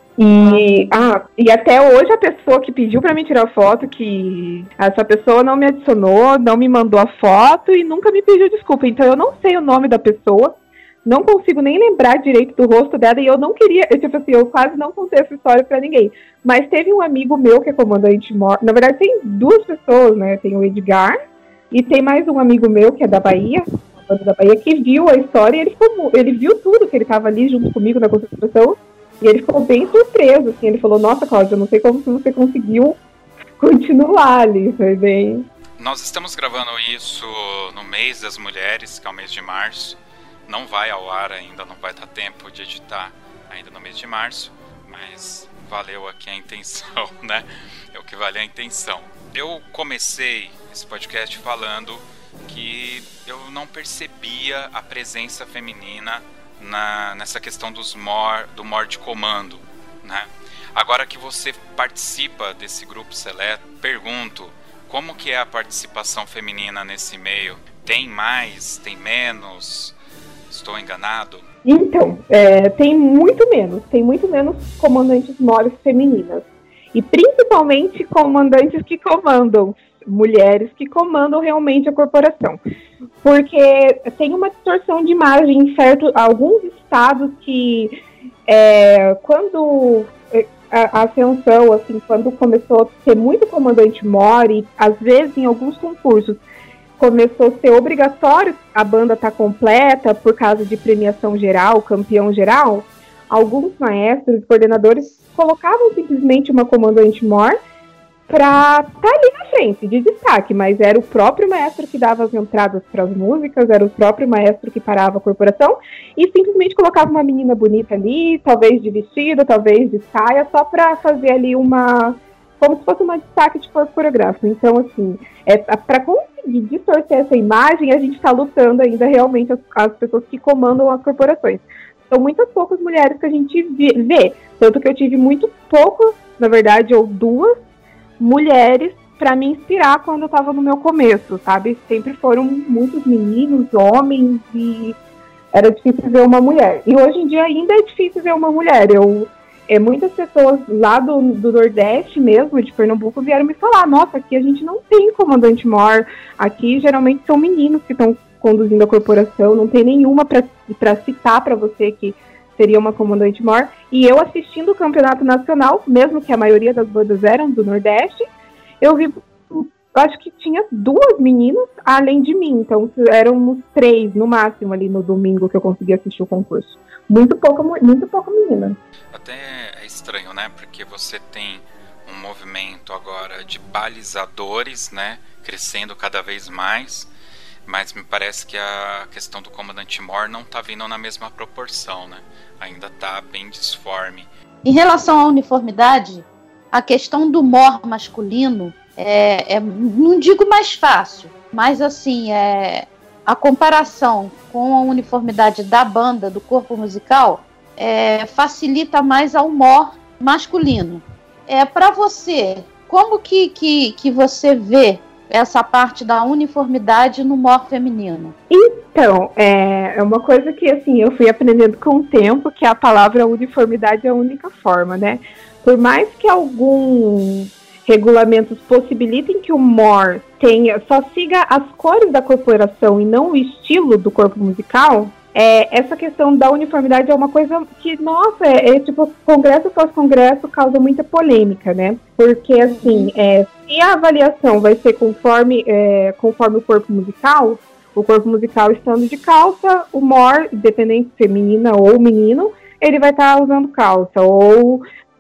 E até hoje a pessoa que pediu para mim tirar foto, que essa pessoa não me adicionou, não me mandou a foto e nunca me pediu desculpa. Então eu não sei o nome da pessoa, não consigo nem lembrar direito do rosto dela e eu não queria, eu quase não contei essa história pra ninguém. Mas teve um amigo meu que é comandante mor. Na verdade tem duas pessoas, né? Tem o Edgar e tem mais um amigo meu que é da Bahia, que viu a história e ele viu tudo, que ele tava ali junto comigo na concentração e ele ficou bem surpreso, assim, ele falou, nossa, Cláudia, eu não sei como você conseguiu continuar ali, foi bem... Nós estamos gravando isso no mês das mulheres, que é o mês de março. Não vai ao ar ainda, não vai dar tempo de editar ainda no mês de março, mas valeu aqui a intenção, né? É o que vale a intenção. Eu comecei esse podcast falando que eu não percebia a presença feminina nessa questão do MOR de comando, né? Agora que você participa desse grupo seleto, pergunto, como que é a participação feminina nesse meio? Tem mais? Tem menos? Estou enganado? Então, tem muito menos comandantes mores femininas. E principalmente comandantes que comandam, mulheres que comandam realmente a corporação. Porque tem uma distorção de imagem em alguns estados que, quando a ascensão, assim, quando começou a ter muito comandante mori, às vezes em alguns concursos, começou a ser obrigatório a banda estar completa por causa de premiação geral, campeão geral, alguns maestros e coordenadores colocavam simplesmente uma comandante mor para estar ali na frente, de destaque, mas era o próprio maestro que dava as entradas para as músicas, era o próprio maestro que parava a corporação e simplesmente colocava uma menina bonita ali, talvez de vestido, talvez de saia, só para fazer ali como se fosse uma destaque de corpo coreográfico. Então, assim, para conseguir distorcer essa imagem, a gente está lutando ainda realmente as pessoas que comandam as corporações. São muitas poucas mulheres que a gente vê, tanto que eu tive muito pouco, na verdade, ou duas mulheres para me inspirar quando eu estava no meu começo, sabe? Sempre foram muitos meninos, homens, e era difícil ver uma mulher. E hoje em dia ainda é difícil ver uma mulher. Muitas pessoas lá do Nordeste mesmo, de Pernambuco, vieram me falar, nossa, aqui a gente não tem comandante mor, aqui geralmente são meninos que estão conduzindo a corporação, não tem nenhuma para citar para você que seria uma comandante mor. E eu assistindo o campeonato nacional, mesmo que a maioria das bandas eram do Nordeste, eu vi, acho que tinha 2 meninas além de mim, então eram 3 no máximo ali no domingo que eu consegui assistir o concurso. Muito pouca menina. Até é estranho, né? Porque você tem um movimento agora de balizadores, né? Crescendo cada vez mais, mas me parece que a questão do comandante mor não está vindo na mesma proporção, né? Ainda está bem disforme. Em relação à uniformidade, a questão do mor masculino não digo mais fácil, mas assim, a comparação com a uniformidade da banda, do corpo musical, facilita mais ao mor masculino. Para você, como que você vê essa parte da uniformidade no mor feminino? Então, é uma coisa que assim, eu fui aprendendo com o tempo, que a palavra uniformidade é a única forma, né? Por mais que alguns regulamentos possibilitem que o mor só siga as cores da corporação e não o estilo do corpo musical, essa questão da uniformidade é uma coisa que, nossa, tipo, congresso após congresso causa muita polêmica, né? Porque, assim, se a avaliação vai ser conforme o corpo musical estando de calça, o mor, independente se é menina ou menino, ele vai estar usando calça, ou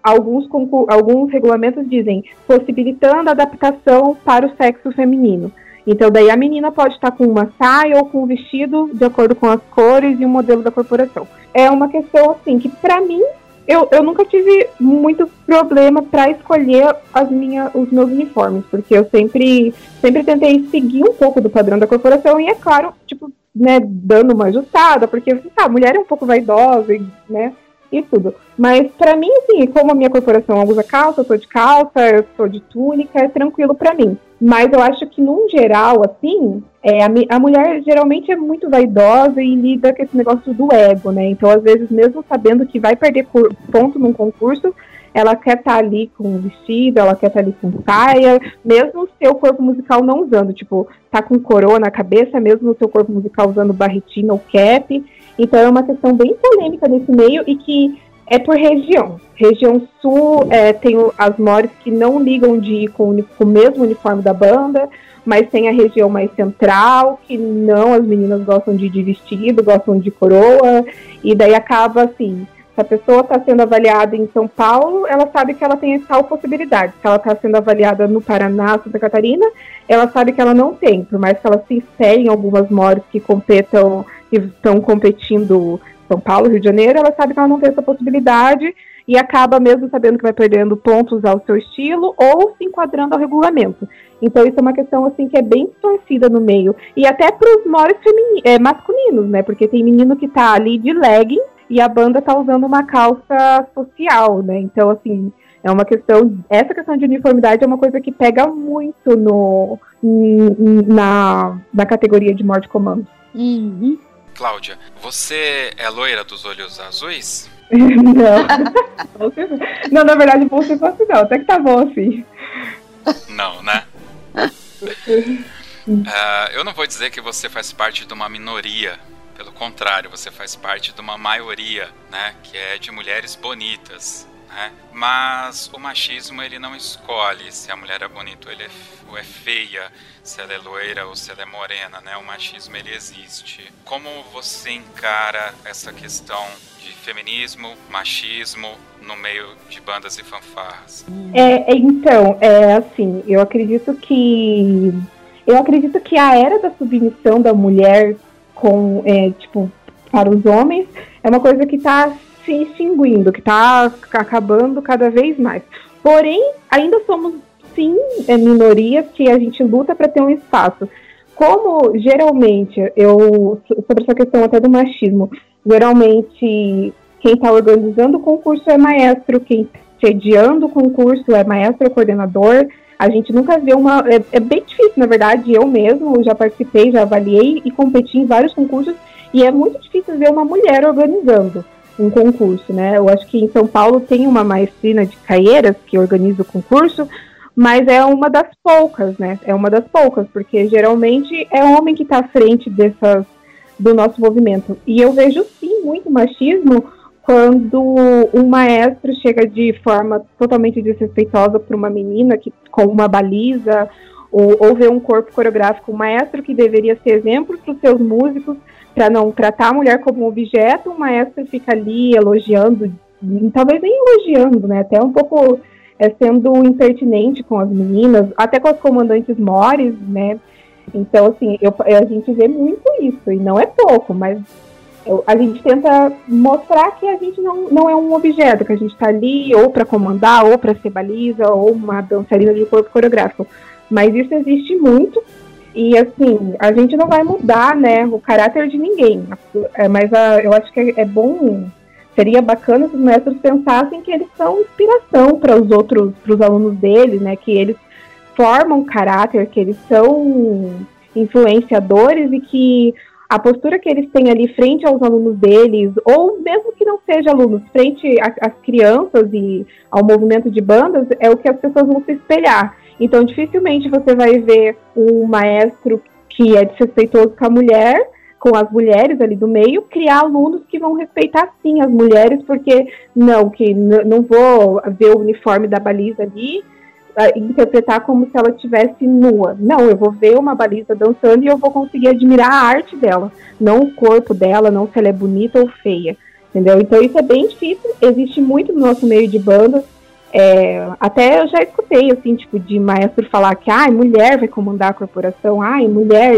alguns regulamentos dizem possibilitando adaptação para o sexo feminino. Então, daí a menina pode estar com uma saia ou com um vestido de acordo com as cores e o modelo da corporação. É uma questão, assim, que pra mim, eu nunca tive muito problema para escolher os meus uniformes, porque eu sempre tentei seguir um pouco do padrão da corporação e, é claro, tipo, né, dando uma ajustada, porque a mulher é um pouco vaidosa, né, e tudo. Mas pra mim, assim, como a minha corporação usa calça, eu tô de calça, eu tô de túnica, é tranquilo pra mim. Mas eu acho que, num geral, assim, a mulher geralmente é muito vaidosa e lida com esse negócio do ego, né? Então, às vezes, mesmo sabendo que vai perder ponto num concurso, ela quer estar ali com vestido, ela quer estar ali com saia, mesmo o seu corpo musical não usando. Tipo, tá com coroa na cabeça, mesmo o seu corpo musical usando barretina ou cap. Então, é uma questão bem polêmica nesse meio e que é por região. Região sul, tem as mores que não ligam de ir com o mesmo uniforme da banda, mas tem a região mais central, que não, as meninas gostam de ir de vestido, gostam de coroa, e daí acaba assim, se a pessoa está sendo avaliada em São Paulo, ela sabe que ela tem tal possibilidade. Se ela está sendo avaliada no Paraná, Santa Catarina, ela sabe que ela não tem, por mais que ela se insere em algumas mores que estão competindo São Paulo, Rio de Janeiro, ela sabe que ela não tem essa possibilidade e acaba mesmo sabendo que vai perdendo pontos ao seu estilo ou se enquadrando ao regulamento. Então isso é uma questão assim que é bem distorcida no meio. E até para os mores masculinos, né? Porque tem menino que tá ali de legging e a banda tá usando uma calça social, né? Então, assim, é uma questão... Essa questão de uniformidade é uma coisa que pega muito na categoria de morte comando. Uhum. Cláudia, você é loira dos olhos azuis? Não, na verdade, bom se fosse não. Até que tá bom, assim. Não, né? Eu não vou dizer que você faz parte de uma minoria. Pelo contrário, você faz parte de uma maioria, né? Que é de mulheres bonitas, né? Mas o machismo, ele não escolhe se a mulher é bonita ou é feia, se ela é loira ou se ela é morena, né? O machismo, ele existe. Como você encara essa questão de feminismo, machismo no meio de bandas e fanfarras? Então, assim, eu acredito que a era da submissão da mulher para os homens é uma coisa que está se extinguindo, que está acabando cada vez mais. Porém, ainda somos, sim, minorias que a gente luta para ter um espaço. Como, geralmente, sobre essa questão até do machismo, geralmente quem está organizando o concurso é maestro, quem está sediando o concurso é maestro ou coordenador. A gente nunca vê é bem difícil, na verdade. Eu mesmo já participei, já avaliei e competi em vários concursos, e é muito difícil ver uma mulher organizando um concurso, né? Eu acho que em São Paulo tem uma maestrina de Caieiras que organiza o concurso, mas é uma das poucas, né? É uma das poucas, porque geralmente é homem que está à frente do nosso movimento. E eu vejo, sim, muito machismo quando um maestro chega de forma totalmente desrespeitosa para uma menina com uma baliza, ou vê um corpo coreográfico. Um maestro que deveria ser exemplo para os seus músicos, para não tratar a mulher como um objeto, o maestro fica ali elogiando, talvez nem elogiando, né? Até um pouco sendo impertinente com as meninas, até com as comandantes mores, né? Então, assim, a gente vê muito isso, e não é pouco, mas a gente tenta mostrar que a gente não é um objeto, que a gente está ali ou para comandar, ou para ser baliza, ou uma dançarina de corpo coreográfico. Mas isso existe muito, e assim, a gente não vai mudar, né, o caráter de ninguém. Mas eu acho que é bom, seria bacana se os mestres pensassem que eles são inspiração para os alunos deles, né, que eles formam caráter, que eles são influenciadores e que a postura que eles têm ali frente aos alunos deles, ou mesmo que não seja alunos, frente às crianças e ao movimento de bandas, é o que as pessoas vão se espelhar. Então, dificilmente você vai ver um maestro que é desrespeitoso com a mulher, com as mulheres ali do meio, criar alunos que vão respeitar sim as mulheres, porque não vou ver o uniforme da baliza ali, interpretar como se ela estivesse nua. Não, eu vou ver uma baliza dançando e eu vou conseguir admirar a arte dela, não o corpo dela, não se ela é bonita ou feia, entendeu? Então isso é bem difícil, existe muito no nosso meio de bandas. Até eu já escutei, assim, tipo, de maestro falar que mulher vai comandar a corporação, mulher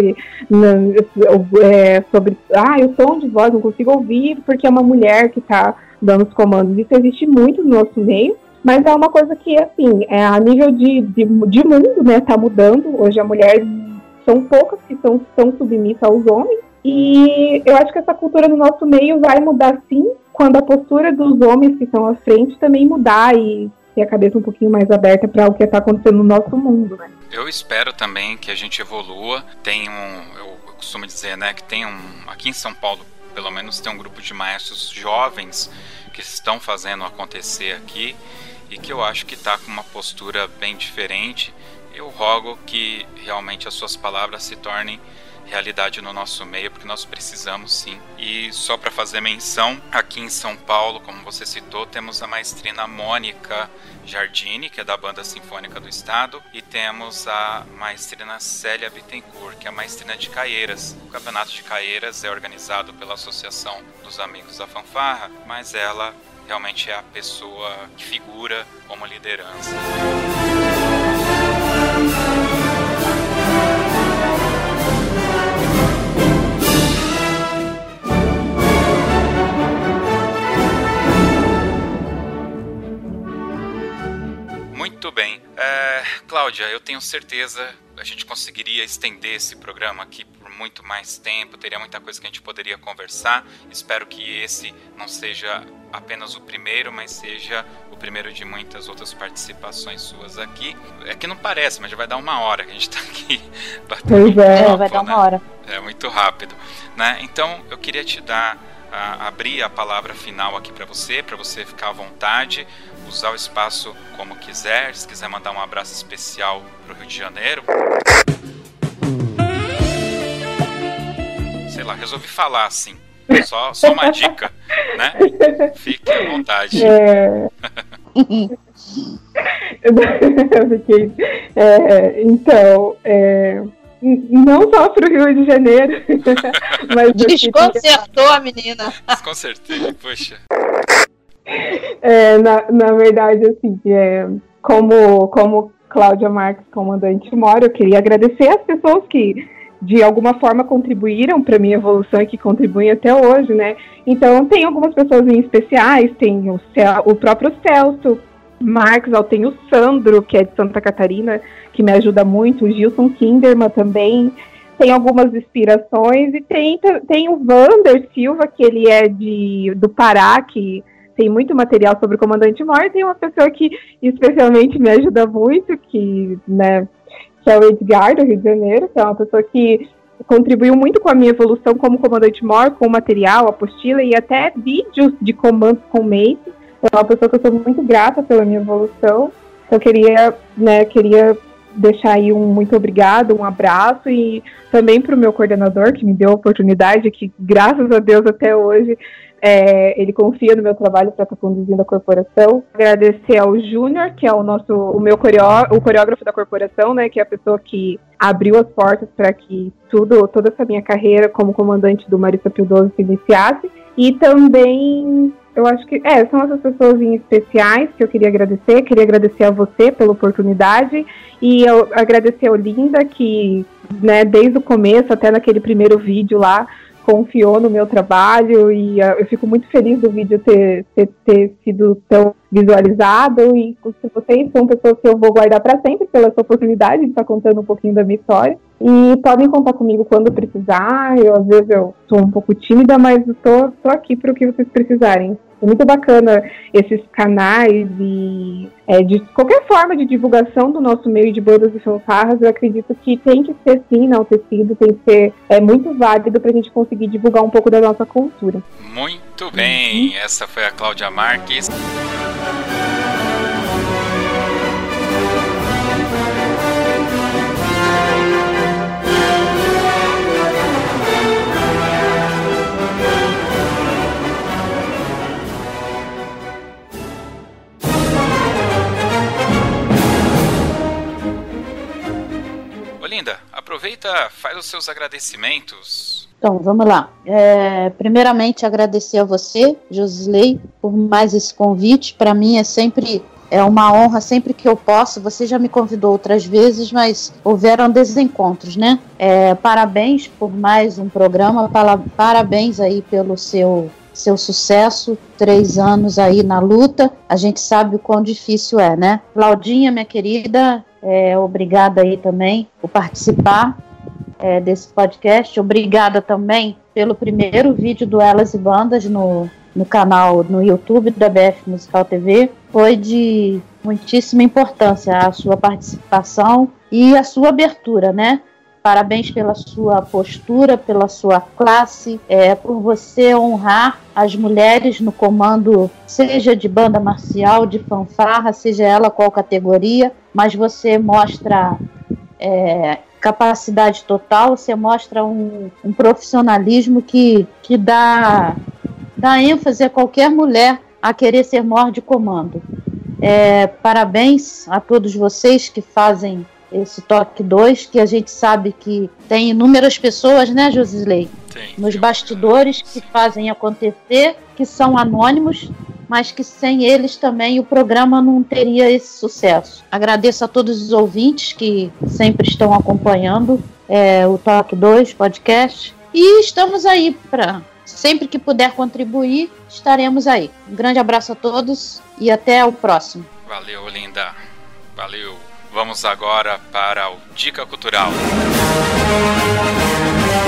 o tom de voz não consigo ouvir porque é uma mulher que está dando os comandos. Isso existe muito no nosso meio. Mas é uma coisa que, assim, a nível de mundo, né, tá mudando. Hoje a mulher são poucas que são submissas aos homens. E eu acho que essa cultura no nosso meio vai mudar, sim, quando a postura dos homens que estão à frente também mudar e ter a cabeça um pouquinho mais aberta para o que está acontecendo no nosso mundo, né? Eu espero também que a gente evolua. Eu costumo dizer, né, que aqui em São Paulo, pelo menos, tem um grupo de maestros jovens que estão fazendo acontecer aqui, e que eu acho que está com uma postura bem diferente. Eu rogo que realmente as suas palavras se tornem realidade no nosso meio, porque nós precisamos sim. E só para fazer menção, aqui em São Paulo, como você citou, temos a maestrina Mônica Giardini, que é da Banda Sinfônica do Estado, e temos a maestrina Célia Bittencourt, que é a maestrina de Caieiras. O campeonato de Caieiras é organizado pela Associação dos Amigos da Fanfarra, mas ela realmente é a pessoa que figura como liderança. Muito bem. Cláudia, eu tenho certeza que a gente conseguiria estender esse programa aqui por por muito mais tempo, teria muita coisa que a gente poderia conversar. Espero que esse não seja apenas o primeiro, mas seja o primeiro de muitas outras participações suas aqui. É que não parece, mas já vai dar 1 hora que a gente está aqui batendo papo, vai dar 1 hora. É muito rápido, né? Então eu queria te abrir a palavra final aqui para você ficar à vontade, usar o espaço como quiser. Se quiser mandar um abraço especial para o Rio de Janeiro, sei lá, resolvi falar assim, só uma dica, né? Fique à vontade. Então, não só para o Rio de Janeiro, mas desconcertou a menina. Desconcertei, poxa. Na verdade, assim, como Cláudia Marques, comandante Mora, eu queria agradecer as pessoas que de alguma forma contribuíram para minha evolução e que contribuem até hoje, né? Então tem algumas pessoas em especiais, tem o próprio Celso Marques, tem o Sandro, que é de Santa Catarina, que me ajuda muito, o Gilson Kinderman também, tem algumas inspirações, e tem o Vander Silva, que ele é do Pará, que tem muito material sobre o Comandante Mora, e tem uma pessoa que especialmente me ajuda muito, que é o Edgar, do Rio de Janeiro, que é uma pessoa que contribuiu muito com a minha evolução como Comandante Mor, com material, apostila e até vídeos de comandos com Mace. É uma pessoa que eu sou muito grata pela minha evolução. Então eu queria deixar aí um muito obrigado, um abraço, e também para o meu coordenador, que me deu a oportunidade, que graças a Deus até hoje ele confia no meu trabalho para estar conduzindo a corporação. Agradecer ao Júnior, que é o coreógrafo da corporação, né, que é a pessoa que abriu as portas para que toda essa minha carreira como comandante do Marista Pio XII se iniciasse. E também, eu acho que são essas pessoas em especiais que eu queria agradecer a você pela oportunidade, e eu agradecer ao Linda, que desde o começo, até naquele primeiro vídeo lá, confiou no meu trabalho, e eu fico muito feliz do vídeo ter sido tão visualizado, e vocês são pessoas que eu vou guardar para sempre pela essa oportunidade de estar contando um pouquinho da minha história, e podem contar comigo quando precisar. Às vezes eu sou um pouco tímida, mas estou aqui para o que vocês precisarem. É muito bacana esses canais e de qualquer forma de divulgação do nosso meio de bandas e fanfarras. Eu acredito que tem que ser sim enaltecido, tem que ser muito válido para a gente conseguir divulgar um pouco da nossa cultura. Muito bem, essa foi a Cláudia Marques. Olinda, aproveita, faz os seus agradecimentos. Então, vamos lá. Primeiramente, agradecer a você, Josisley, por mais esse convite. Para mim é uma honra sempre que eu posso. Você já me convidou outras vezes, mas houveram desencontros, né? Parabéns por mais um programa, parabéns aí pelo seu sucesso, 3 anos aí na luta. A gente sabe o quão difícil é, né? Claudinha, minha querida, obrigada aí também por participar desse podcast. Obrigada também pelo primeiro vídeo do Elas e Bandas no canal, no YouTube da BF Musical TV. Foi de muitíssima importância a sua participação e a sua abertura, né? Parabéns pela sua postura, pela sua classe, por você honrar as mulheres no comando, seja de banda marcial, de fanfarra, seja ela qual categoria, mas você mostra capacidade total, você mostra um profissionalismo que dá ênfase a qualquer mulher a querer ser mor de comando. Parabéns a todos vocês que fazem esse Toque 2, que a gente sabe que tem inúmeras pessoas, né, Josisley? Nos bastidores que fazem acontecer, que são anônimos, mas que sem eles também o programa não teria esse sucesso. Agradeço a todos os ouvintes que sempre estão acompanhando o Toque 2 podcast, e estamos aí para sempre que puder contribuir, estaremos aí. Um grande abraço a todos e até o próximo. Valeu, Linda. Valeu. Vamos agora para o Dica Cultural.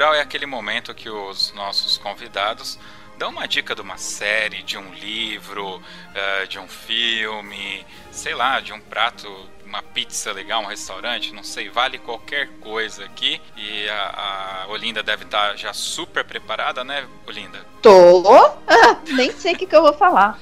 cultural é aquele momento que os nossos convidados dão uma dica de uma série, de um livro, de um filme, sei lá, de um prato, uma pizza legal, um restaurante, não sei, vale qualquer coisa aqui. E a Olinda deve estar já super preparada, né, Olinda? Tô! Nem sei o que eu vou falar.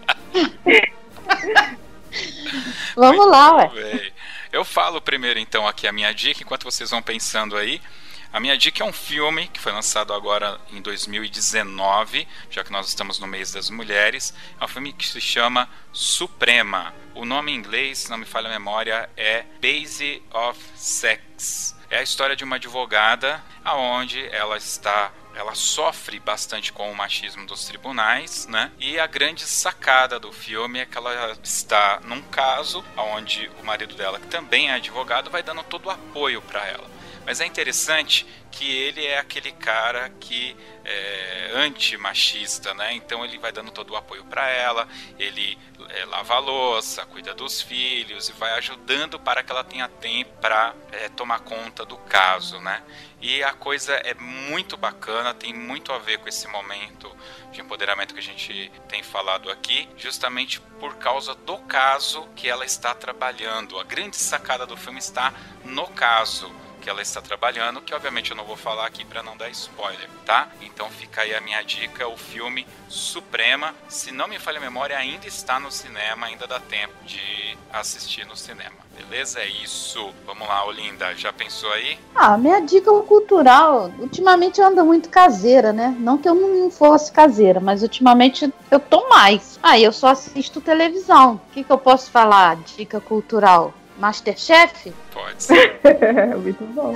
Vamos lá, ué. Bem. Eu falo primeiro então aqui a minha dica, enquanto vocês vão pensando aí. A minha dica é um filme que foi lançado agora em 2019, já que nós estamos no mês das mulheres. É um filme que se chama Suprema. O nome em inglês, se não me falha a memória, é Base of Sex. É a história de uma advogada onde ela sofre bastante com o machismo dos tribunais, né? E a grande sacada do filme é que ela está num caso onde o marido dela, que também é advogado, vai dando todo o apoio para ela. Mas é interessante que ele é aquele cara que é anti-machista, né? Então ele vai dando todo o apoio para ela, ele lava a louça, cuida dos filhos e vai ajudando para que ela tenha tempo para tomar conta do caso, né? E a coisa é muito bacana, tem muito a ver com esse momento de empoderamento que a gente tem falado aqui, justamente por causa do caso que ela está trabalhando. A grande sacada do filme está no caso que ela está trabalhando, que obviamente eu não vou falar aqui para não dar spoiler, tá? Então fica aí a minha dica, o filme Suprema. Se não me falha a memória, ainda está no cinema, ainda dá tempo de assistir no cinema. Beleza? É isso. Vamos lá, Olinda, já pensou aí? Minha dica cultural, ultimamente eu ando muito caseira, né? Não que eu não fosse caseira, mas ultimamente eu tô mais. Eu só assisto televisão. O que eu posso falar? Dica cultural. Masterchef? Pode ser. Muito bom.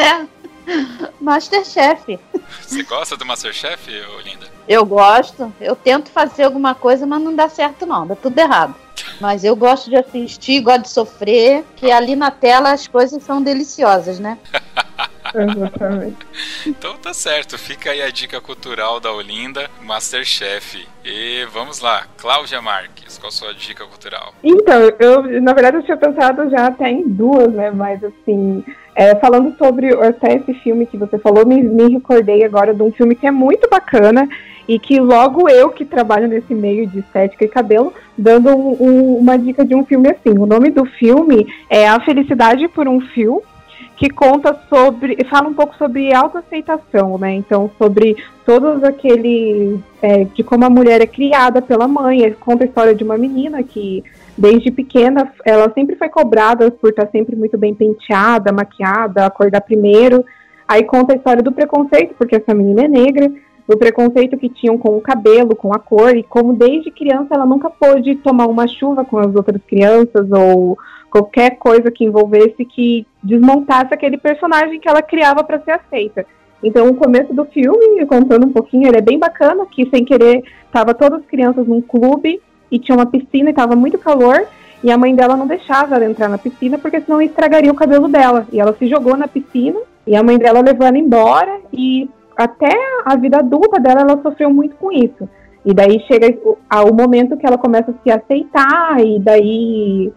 Masterchef. Você gosta do Masterchef, Olinda? Eu gosto. Eu tento fazer alguma coisa, mas não dá certo não. Dá tudo errado. Mas eu gosto de assistir, gosto de sofrer, que ali na tela as coisas são deliciosas, né? Exatamente. Então tá certo, fica aí a dica cultural da Olinda, Masterchef. E vamos lá, Cláudia Marques, qual a sua dica cultural? Então, na verdade eu tinha pensado já até em duas, né, mas assim, falando sobre até esse filme que você falou, me recordei agora de um filme que é muito bacana e que logo eu que trabalho nesse meio de estética e cabelo, dando uma dica de um filme assim. O nome do filme é A Felicidade por um Fio, que fala um pouco sobre autoaceitação, né? Então, sobre todos aqueles de como a mulher é criada pela mãe. Conta a história de uma menina que, desde pequena, ela sempre foi cobrada por estar sempre muito bem penteada, maquiada, acordar primeiro. Aí conta a história do preconceito, porque essa menina é negra, do preconceito que tinham com o cabelo, com a cor, e como desde criança ela nunca pôde tomar uma chuva com as outras crianças, ou qualquer coisa que envolvesse, que desmontasse aquele personagem que ela criava para ser aceita. Então, o começo do filme, contando um pouquinho, ele é bem bacana, que sem querer, tava todas as crianças num clube, e tinha uma piscina, e tava muito calor, e a mãe dela não deixava ela entrar na piscina, porque senão estragaria o cabelo dela. E ela se jogou na piscina, e a mãe dela levou ela embora, e até a vida adulta dela, ela sofreu muito com isso. E daí chega ao momento que ela começa a se aceitar, e daí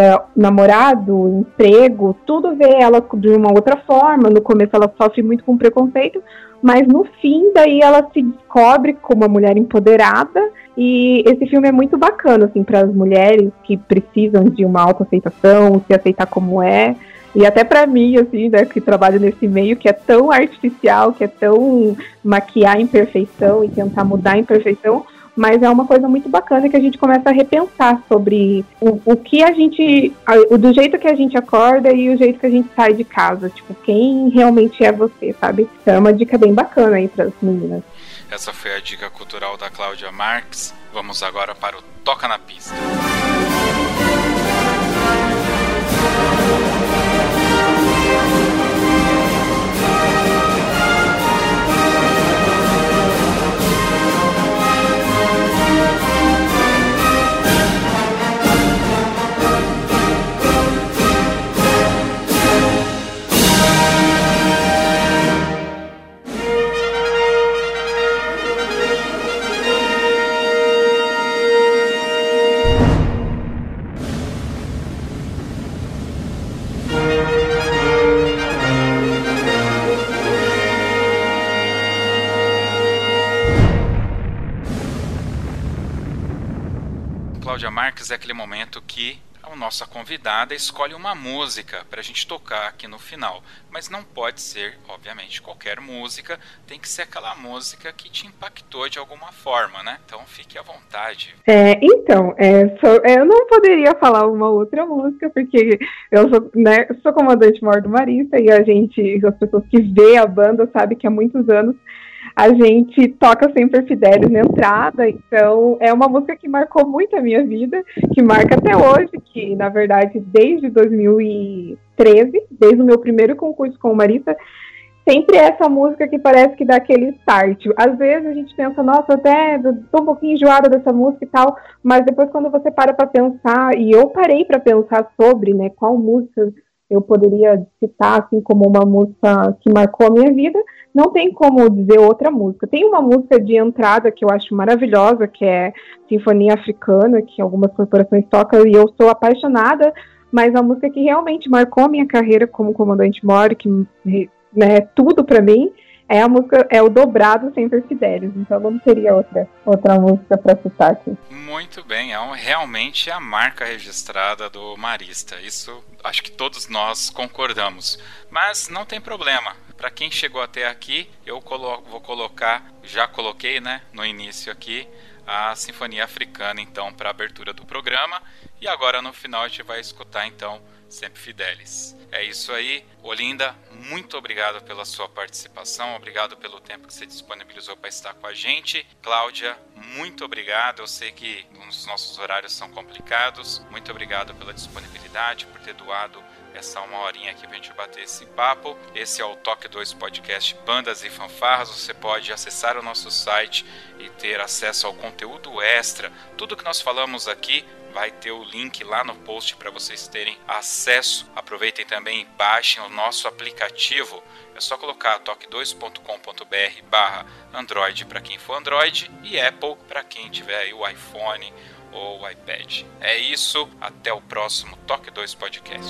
namorado, emprego, tudo vê ela de uma outra forma. No começo ela sofre muito com preconceito, mas no fim daí ela se descobre como uma mulher empoderada. E esse filme é muito bacana, assim, para as mulheres que precisam de uma autoaceitação, se aceitar como é. E até pra mim, assim, né, que trabalho nesse meio que é tão artificial, que é tão maquiar a imperfeição e tentar mudar a imperfeição, mas é uma coisa muito bacana que a gente começa a repensar sobre o que a gente, do jeito que a gente acorda e o jeito que a gente sai de casa, tipo, quem realmente é você, sabe? Então é uma dica bem bacana aí pras meninas. Essa foi a dica cultural da Cláudia Marques. Vamos agora para o Toca na Pista. Cláudia Marques é aquele momento que a nossa convidada escolhe uma música para a gente tocar aqui no final. Mas não pode ser, obviamente, qualquer música. Tem que ser aquela música que te impactou de alguma forma, né? Então fique à vontade. Eu não poderia falar uma outra música, porque eu sou comandante-mor do Marista e as pessoas que vê a banda sabem que há muitos anos a gente toca sempre Fidelis na entrada, então é uma música que marcou muito a minha vida, que marca até hoje, que na verdade desde 2013, desde o meu primeiro concurso com o Marista, sempre é essa música que parece que dá aquele start. Às vezes a gente pensa, nossa, até tô um pouquinho enjoada dessa música e tal, mas depois quando você para pensar, e eu parei para pensar sobre, né, qual música eu poderia citar assim como uma música que marcou a minha vida, não tem como dizer outra música. Tem uma música de entrada que eu acho maravilhosa, que é Sinfonia Africana, que algumas corporações tocam, e eu sou apaixonada, mas a música que realmente marcou a minha carreira como comandante-mor, que, né, tudo pra mim, é a música, é o Dobrado Semper Fidelis, então não teria outra música para citar aqui. Muito bem, realmente a marca registrada do Marista, isso acho que todos nós concordamos, mas não tem problema, para quem chegou até aqui, eu vou colocar, já coloquei, né, no início aqui, a Sinfonia Africana, então, para a abertura do programa, e agora no final a gente vai escutar, então, Semper Fidelis. É isso aí. Olinda, muito obrigado pela sua participação, obrigado pelo tempo que você disponibilizou para estar com a gente. Cláudia, muito obrigado. Eu sei que os nossos horários são complicados. Muito obrigado pela disponibilidade, por ter doado essa uma horinha aqui pra gente bater esse papo. Esse é o Toque 2 Podcast Bandas e Fanfarras. Você pode acessar o nosso site e ter acesso ao conteúdo extra. Tudo que nós falamos aqui vai ter o link lá no post para vocês terem acesso. Aproveitem também e baixem o nosso aplicativo. É só colocar toque2.com.br/Android para quem for Android e Apple para quem tiver aí o iPhone ou o iPad. É isso, até o próximo Toque 2 Podcast.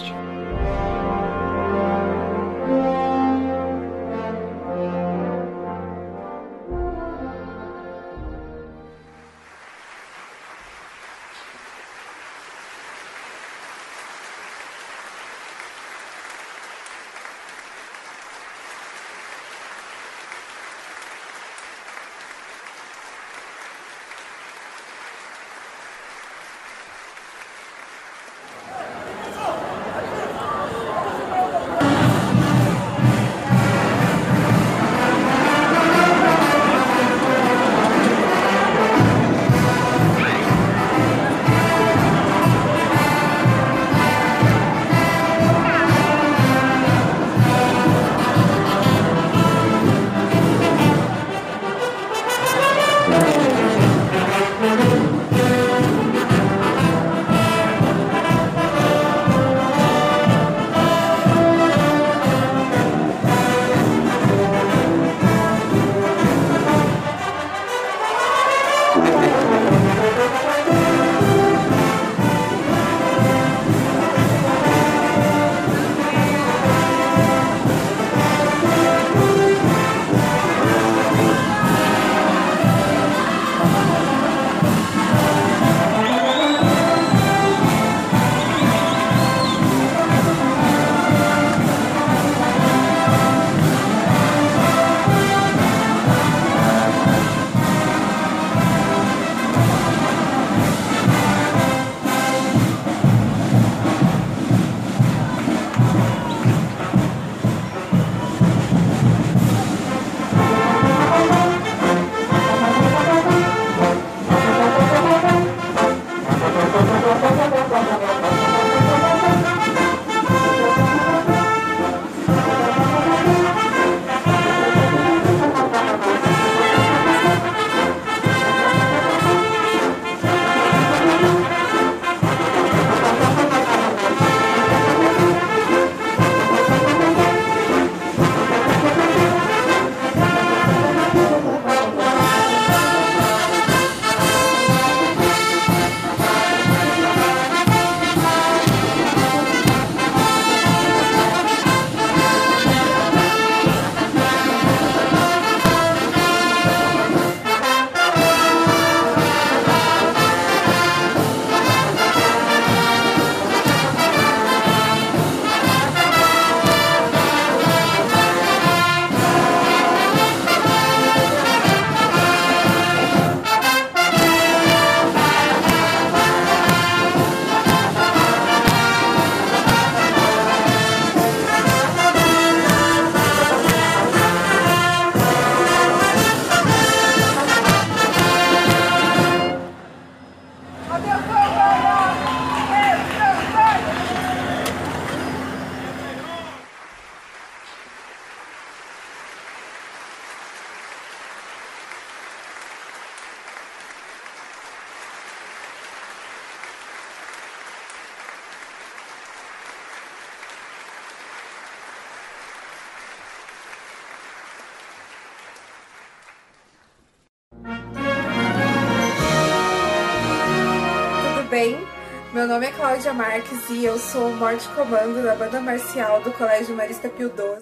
Meu nome é Cláudia Marques e eu sou Morte Comando da banda marcial do Colégio Marista Pio XII.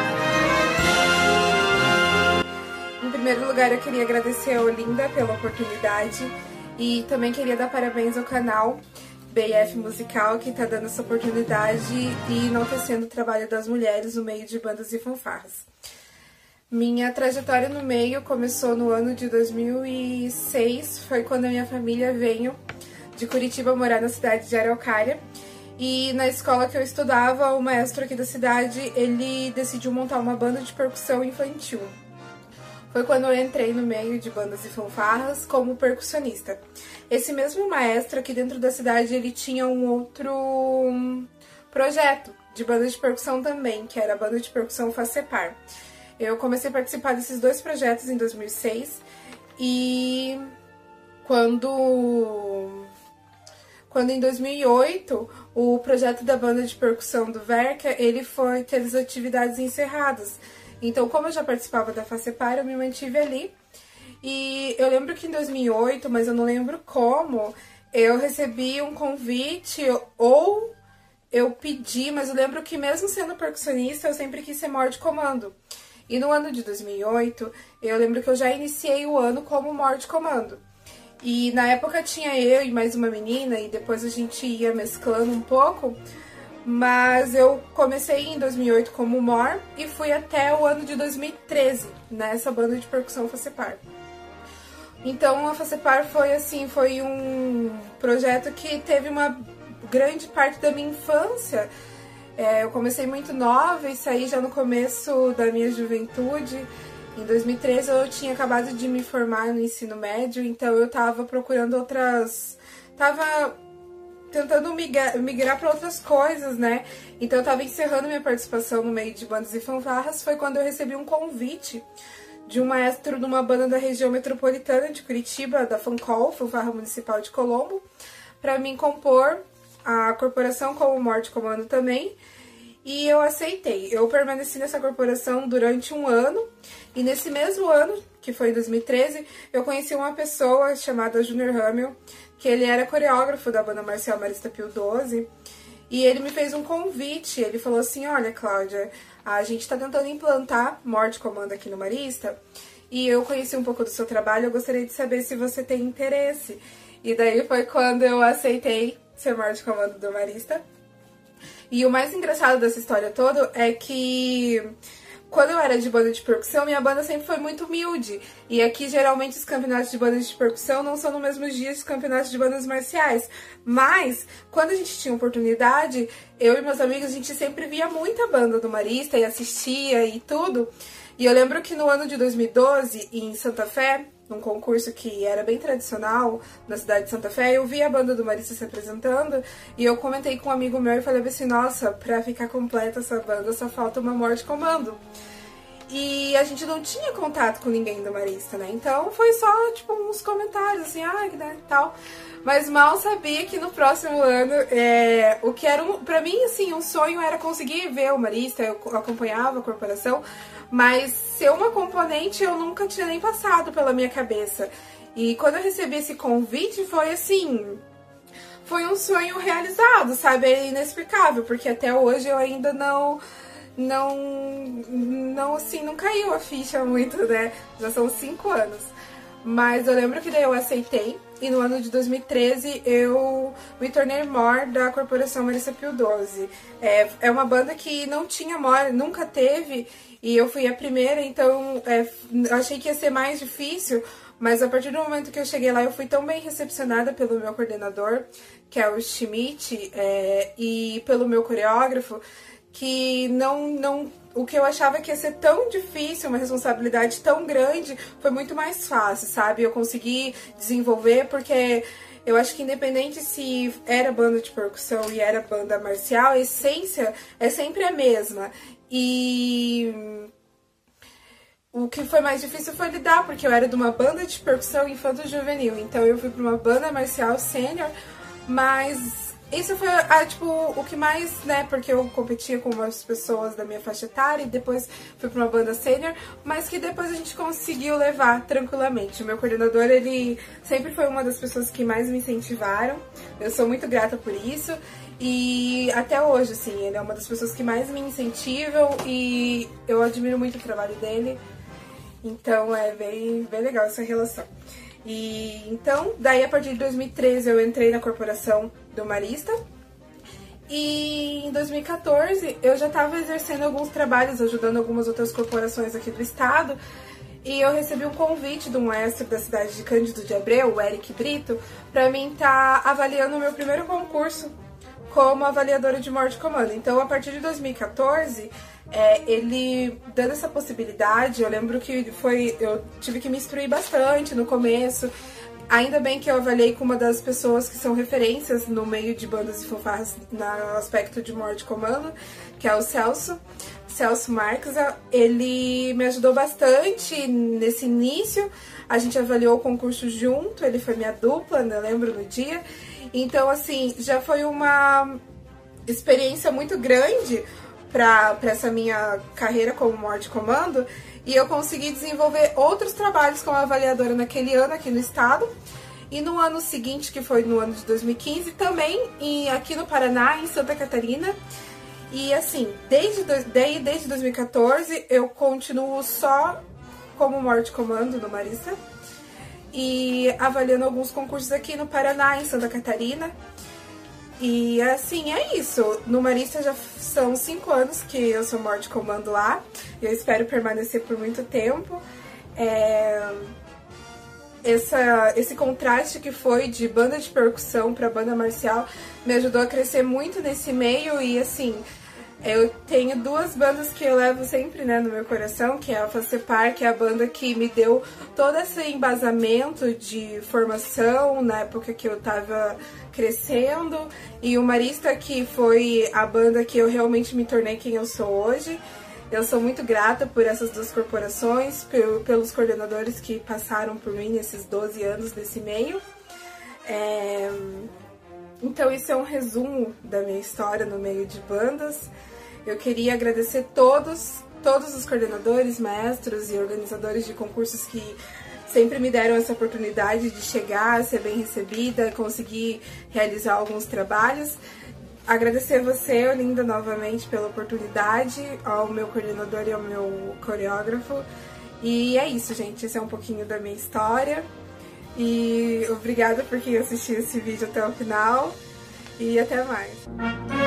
Em primeiro lugar, eu queria agradecer a Olinda pela oportunidade e também queria dar parabéns ao canal BF Musical, que está dando essa oportunidade e enaltecendo o trabalho das mulheres no meio de bandas e fanfarras. Minha trajetória no meio começou no ano de 2006, foi quando a minha família veio de Curitiba morar na cidade de Araucária. E na escola que eu estudava, o maestro aqui da cidade, ele decidiu montar uma banda de percussão infantil. Foi quando eu entrei no meio de bandas e fanfarras como percussionista. Esse mesmo maestro aqui dentro da cidade, ele tinha um outro projeto de banda de percussão também, que era a banda de percussão Facepar. Eu comecei a participar desses dois projetos em 2006 e quando em 2008 o projeto da banda de percussão do Verca, ele teve as atividades encerradas. Então, como eu já participava da Facepar, eu me mantive ali. E eu lembro que em 2008, mas eu não lembro como, eu recebi um convite ou eu pedi, mas eu lembro que mesmo sendo percussionista, eu sempre quis ser Morte Comando. E no ano de 2008, eu lembro que eu já iniciei o ano como Morte Comando. E na época tinha eu e mais uma menina, e depois a gente ia mesclando um pouco. Mas eu comecei em 2008 como Mor e fui até o ano de 2013 nessa banda de percussão Facepar. Então a Facepar foi um projeto que teve uma grande parte da minha infância. Eu comecei muito nova e saí já no começo da minha juventude. Em 2013 eu tinha acabado de me formar no ensino médio, então eu estava procurando tentando migrar para outras coisas, né? Então eu tava encerrando minha participação no meio de bandas e fanfarras. Foi quando eu recebi um convite de um maestro de uma banda da região metropolitana de Curitiba, da FANCOL, Fanfarra Municipal de Colombo, para mim compor a corporação como Morte Comando também. E eu aceitei. Eu permaneci nessa corporação durante um ano. E nesse mesmo ano, que foi em 2013, eu conheci uma pessoa chamada Junior Hamel, que ele era coreógrafo da banda marcial Marista Pio XII, e ele me fez um convite. Ele falou assim: olha, Cláudia, a gente está tentando implantar Morte Comando aqui no Marista, e eu conheci um pouco do seu trabalho, eu gostaria de saber se você tem interesse. E daí foi quando eu aceitei ser Morte Comando do Marista. E o mais engraçado dessa história toda é que quando eu era de banda de percussão, minha banda sempre foi muito humilde. E aqui, geralmente, os campeonatos de bandas de percussão não são no mesmo dia dos campeonatos de bandas marciais. Mas, quando a gente tinha oportunidade, eu e meus amigos, a gente sempre via muita banda do Marista e assistia e tudo. E eu lembro que no ano de 2012, em Santa Fé, num concurso que era bem tradicional na cidade de Santa Fé, eu vi a banda do Marista se apresentando e eu comentei com um amigo meu e falei assim: nossa, pra ficar completa essa banda só falta uma Morte Comando. E a gente não tinha contato com ninguém do Marista, né? Então foi só, tipo, uns comentários assim, né, tal. Mas mal sabia que no próximo ano, o que era, pra mim, assim, um sonho era conseguir ver o Marista. Eu acompanhava a corporação, mas ser uma componente eu nunca tinha nem passado pela minha cabeça. E quando eu recebi esse convite, foi assim, foi um sonho realizado, sabe? É inexplicável, porque até hoje eu ainda não caiu a ficha muito, né? Já são 5 anos. Mas eu lembro que daí eu aceitei, e no ano de 2013 eu me tornei Mor da corporação Marista Pio XII. É uma banda que não tinha Mor, nunca teve, e eu fui a primeira, então achei que ia ser mais difícil, mas a partir do momento que eu cheguei lá, eu fui tão bem recepcionada pelo meu coordenador, que é o Schmidt, e pelo meu coreógrafo, que o que eu achava que ia ser tão difícil, uma responsabilidade tão grande, foi muito mais fácil, sabe? Eu consegui desenvolver, porque eu acho que independente se era banda de percussão e era banda marcial, a essência é sempre a mesma. E o que foi mais difícil foi lidar, porque eu era de uma banda de percussão infanto-juvenil, então eu fui para uma banda marcial sênior, mas isso foi, tipo, o que mais, né, porque eu competia com umas pessoas da minha faixa etária e depois fui pra uma banda sênior, mas que depois a gente conseguiu levar tranquilamente. O meu coordenador, ele sempre foi uma das pessoas que mais me incentivaram, eu sou muito grata por isso, e até hoje, assim, ele é uma das pessoas que mais me incentivam e eu admiro muito o trabalho dele, então é bem legal essa relação. E então, daí a partir de 2013 eu entrei na corporação do Marista e em 2014 eu já estava exercendo alguns trabalhos, ajudando algumas outras corporações aqui do estado, e eu recebi um convite de um maestro da cidade de Cândido de Abreu, o Eric Brito, para mim estar avaliando o meu primeiro concurso como avaliadora de morte comando. Então, a partir de 2014, ele dando essa possibilidade, eu lembro que eu tive que me instruir bastante no começo. Ainda bem que eu avaliei com uma das pessoas que são referências no meio de bandas e fanfarras no aspecto de morte comando, que é o Celso Marques. Ele me ajudou bastante nesse início, a gente avaliou o concurso junto, ele foi minha dupla, eu lembro no dia. Então, assim, já foi uma experiência muito grande para essa minha carreira como morte comando, e eu consegui desenvolver outros trabalhos como avaliadora naquele ano aqui no estado, e no ano seguinte, que foi no ano de 2015, também aqui no Paraná, em Santa Catarina. E assim, desde 2014 eu continuo só como morte comando no Marista e avaliando alguns concursos aqui no Paraná, em Santa Catarina. E assim, é isso. No Marista já são 5 anos que eu sou morte comando lá. E eu espero permanecer por muito tempo. Esse contraste que foi de banda de percussão para banda marcial me ajudou a crescer muito nesse meio. E assim, eu tenho 2 bandas que eu levo sempre, né, no meu coração, que é a Facepar, que é a banda que me deu todo esse embasamento de formação na época que eu tava crescendo, e o Marista, que foi a banda que eu realmente me tornei quem eu sou hoje. Eu sou muito grata por essas 2 corporações, pelos coordenadores que passaram por mim nesses 12 anos desse meio. Então isso é um resumo da minha história no meio de bandas. Eu queria agradecer todos os coordenadores, maestros e organizadores de concursos que sempre me deram essa oportunidade de chegar, ser bem recebida, conseguir realizar alguns trabalhos. Agradecer você, Olinda, novamente pela oportunidade, ao meu coordenador e ao meu coreógrafo. E é isso, gente. Esse é um pouquinho da minha história. E obrigada por quem assistiu esse vídeo até o final. E até mais.